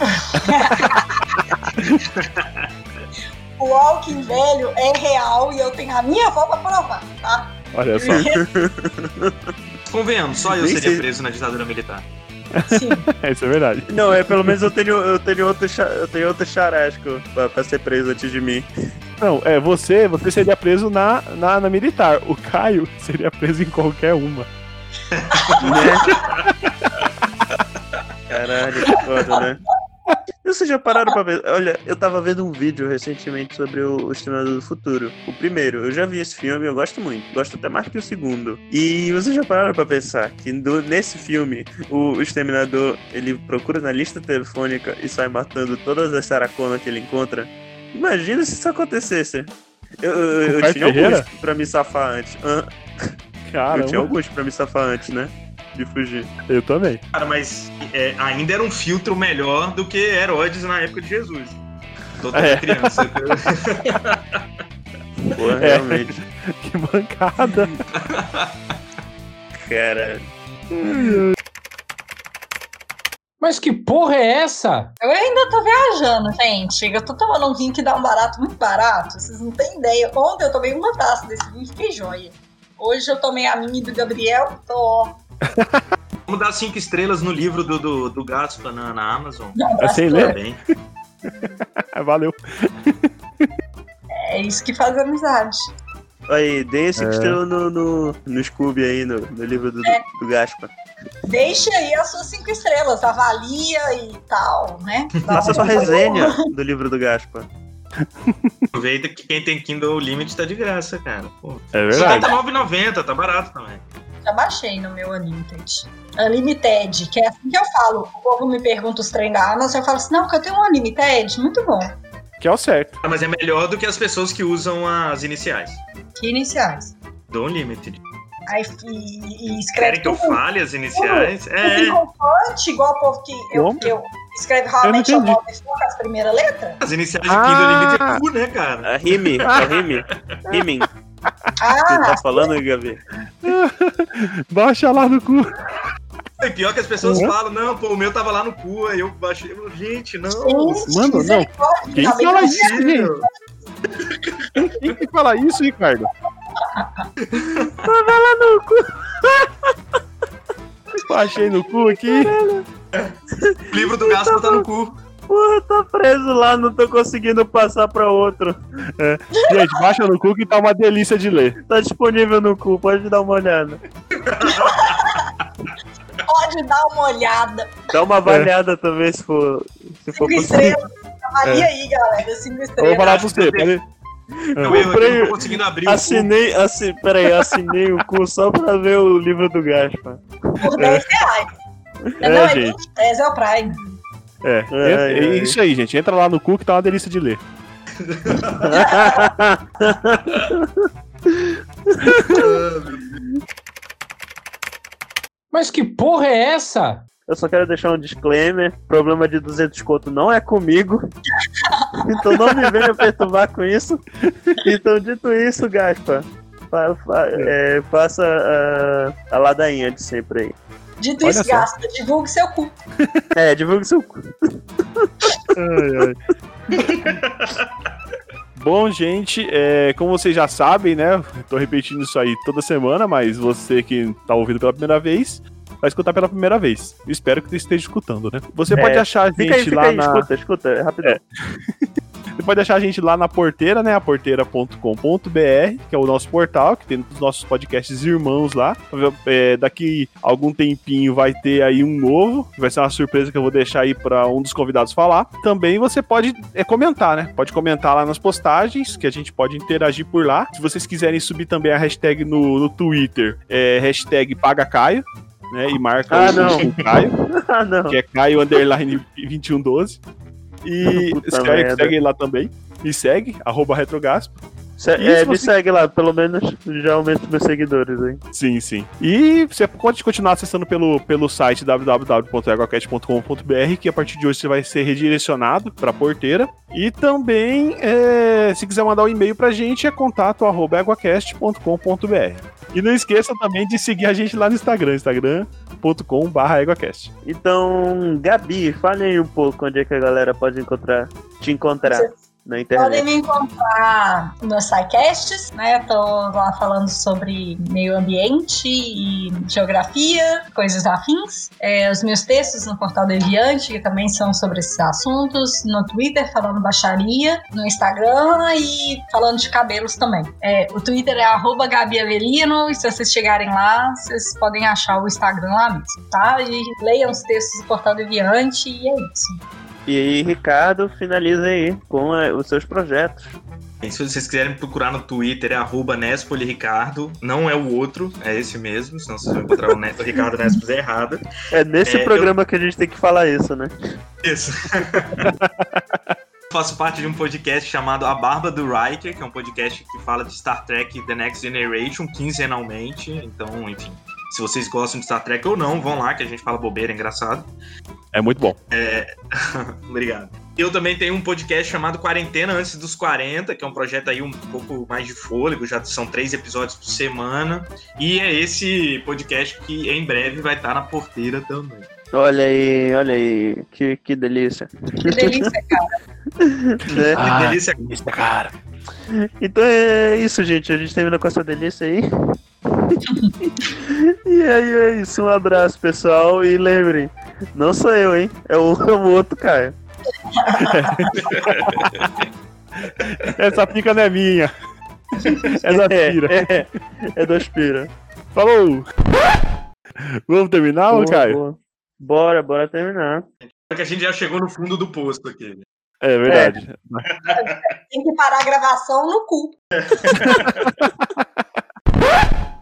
O Walking velho é real e eu tenho a minha avó pra provar, tá? Olha só. Convenhamos, só eu Nem seria sei. preso na ditadura militar. Sim. Isso é verdade. Não, é pelo menos eu tenho, eu tenho outro, cha- eu tenho outro charasco pra, pra ser preso antes de mim. Não, é, você, você seria preso na, na, na militar. O Caio seria preso em qualquer uma. Né? Caralho, que foda, né? E vocês já pararam pra ver? Olha, eu tava vendo um vídeo recentemente sobre o, o Exterminador do Futuro. O primeiro, eu já vi esse filme, eu gosto muito. Gosto até mais que o segundo. E vocês já pararam pra pensar que do- nesse filme, o, o Exterminador, ele procura na lista telefônica e sai matando todas as saraconas que ele encontra? Imagina se isso acontecesse. Eu, eu, eu Caio tinha Ferreira? alguns pra me safar antes. Ah, eu tinha Caramba, alguns pra me safar antes, né? De fugir. eu também. Cara, mas é, ainda era um filtro melhor do que Herodes na época de Jesus. Toda É. criança. Porra, É. realmente. Que bancada. Cara. Mas que porra é essa? Eu ainda tô viajando, gente. Eu tô tomando um vinho que dá um barato muito barato. Vocês não têm ideia. Ontem eu tomei uma taça desse vinho e fiquei joia. Hoje eu tomei a minha e do Gabriel. Tô, ó. Vamos dar cinco estrelas no livro do, do, do Gaspa na, na Amazon. Não, É sem basta- ler? Bem. Valeu. É isso que faz amizade. Aí, dê cinco É. estrelas no, no, no Scooby aí, no, no livro do, É. do Gaspa. Deixe aí as suas cinco estrelas, avalia e tal, né? Dá Faça uma- sua resenha do livro do Gaspa. Aproveita que quem tem Kindle Unlimited tá de graça, cara. Pô. É Tá verdade. nove reais e noventa centavos, tá barato também. Já baixei no meu Unlimited. Unlimited, que é assim que eu falo. O povo me pergunta os trem da Amazon, eu falo assim, não, porque eu tenho um Unlimited, muito bom. Que é o certo. Ah, mas é melhor do que as pessoas que usam as iniciais Que iniciais. do Unlimited. Aí e, e escreve Querem que eu tudo, fale as iniciais? tudo em É, constante, igual o povo que eu, Como? que eu escreve Eu não How I Met Your entendi. Mother com as primeiras letras. as iniciais de Ah. Kindle Unlimited é cu, né, cara? A Rime, a Rime. Rimming. Você Ah, tá falando, Gabi? Baixa lá no cu. É pior que as pessoas Uhum. falam, não, pô, o meu tava lá no cu, aí eu baixei. Eu, gente, não. gente, Mano, não. misericórdia, Quem também fala não isso, gente? Quem que fala isso, Ricardo? Baixei no cu aqui. O livro do Gaspa tá no cu. Porra, tá preso lá, não tô conseguindo passar pra outro. Gente, baixa no cu que tá uma delícia de ler. Tá disponível no cu, pode dar uma olhada. pode dar uma olhada. Dá uma avaliada também, se for, se for Cinco possível. estrelas. Avalia aí, galera. Cinco Eu vou estrelas. falar pra você, peraí. Não, eu, comprei- eu não tô conseguindo abrir o cu. Assinei, assi, peraí, assinei o cu só pra ver o livro do Gaspa. Por dez reais. É, não, é gente. vinte e três, é o Prime. É, Ai, entra- é ai. isso aí, gente. Entra lá no cu que tá uma delícia de ler. Mas que porra é essa? Eu só quero deixar um disclaimer: problema de duzentos conto não é comigo. Então não me venha perturbar com isso. Então, dito isso, Gaspa, fa, fa, é, faça a, a ladainha de sempre aí. Dito Olha isso, só. gasta. Divulgue seu cu. É, divulgue seu cu. Ai, ai. Bom, gente, é, como vocês já sabem, né? Eu tô repetindo isso aí toda semana, mas você que tá ouvindo pela primeira vez, vai escutar pela primeira vez. Eu espero que você esteja escutando, né? Você é, pode achar a gente fica aí, fica lá aí, na... Escuta, escuta, rapidão. É. Você pode achar a gente lá na Porteira, né? a porteira ponto com ponto b r, que é o nosso portal, que tem os nossos podcasts irmãos lá. É, daqui a algum tempinho vai ter aí um novo, que vai ser uma surpresa que eu vou deixar aí para um dos convidados falar. Também você pode é, comentar, né? Pode comentar lá nas postagens, que a gente pode interagir por lá. Se vocês quiserem subir também a hashtag no, no Twitter, é hashtag PagaCaio, né? E marca ah, o, não. o Caio, ah, não. que é Caio Underline vinte e um doze. E segue, segue lá também. Me segue, arroba Retrogaspo. Se, é, me você... segue lá, pelo menos já aumento meus seguidores, hein? Sim, sim. E você pode continuar acessando pelo, pelo site w w w ponto eguacast ponto com ponto b r, que a partir de hoje você vai ser redirecionado para a Porteira. E também, é, se quiser mandar um e-mail pra gente, é contato arroba eguacast ponto com ponto b r. E não esqueça também de seguir a gente lá no Instagram, instagram ponto com barra eguacast. Então, Gabi, fale aí um pouco onde é que a galera pode encontrar, te encontrar. Você... na internet. Podem me encontrar nos SciCasts, né? Tô lá falando sobre meio ambiente e geografia, coisas afins. É, os meus textos no Portal Deviante, que também são sobre esses assuntos. No Twitter, falando baixaria. No Instagram e falando de cabelos também. É, o Twitter é arroba Gabi Avelino, e se vocês chegarem lá, vocês podem achar o Instagram lá mesmo, tá? E leiam os textos do Portal Deviante e é isso. E aí, Ricardo, finaliza aí com a, os seus projetos. E se vocês quiserem procurar no Twitter, é arroba Nespoliricardo. Não é o outro, é esse mesmo, senão vocês vão encontrar o, Nes- o Ricardo Nespos errado. É nesse é, programa eu... que a gente tem que falar isso, né? Isso. Faço parte de um podcast chamado A Barba do Riker, que é um podcast que fala de Star Trek The Next Generation, quinzenalmente. Então, enfim, se vocês gostam de Star Trek ou não, vão lá que a gente fala bobeira, é engraçado. É muito bom. É... Obrigado. Eu também tenho um podcast chamado Quarentena Antes dos quarenta, que é um projeto aí um pouco mais de fôlego, já são três episódios por semana. E é esse podcast que em breve vai estar na Porteira também. Olha aí, olha aí, que, que delícia. Que delícia, cara. Né? Ah, que delícia, delícia, cara. Então é isso, gente. A gente termina com essa delícia aí. E aí é isso. Um abraço, pessoal. E lembrem, não sou eu, hein? É o, é o outro cara. Essa pica não é minha. É da Aspira. É, é, é do Aspira. Falou! Vamos terminar, boa, Caio? Boa. Bora, bora terminar. Porque a gente já chegou no fundo do poço aqui. É verdade. É. Tem que parar a gravação no cu.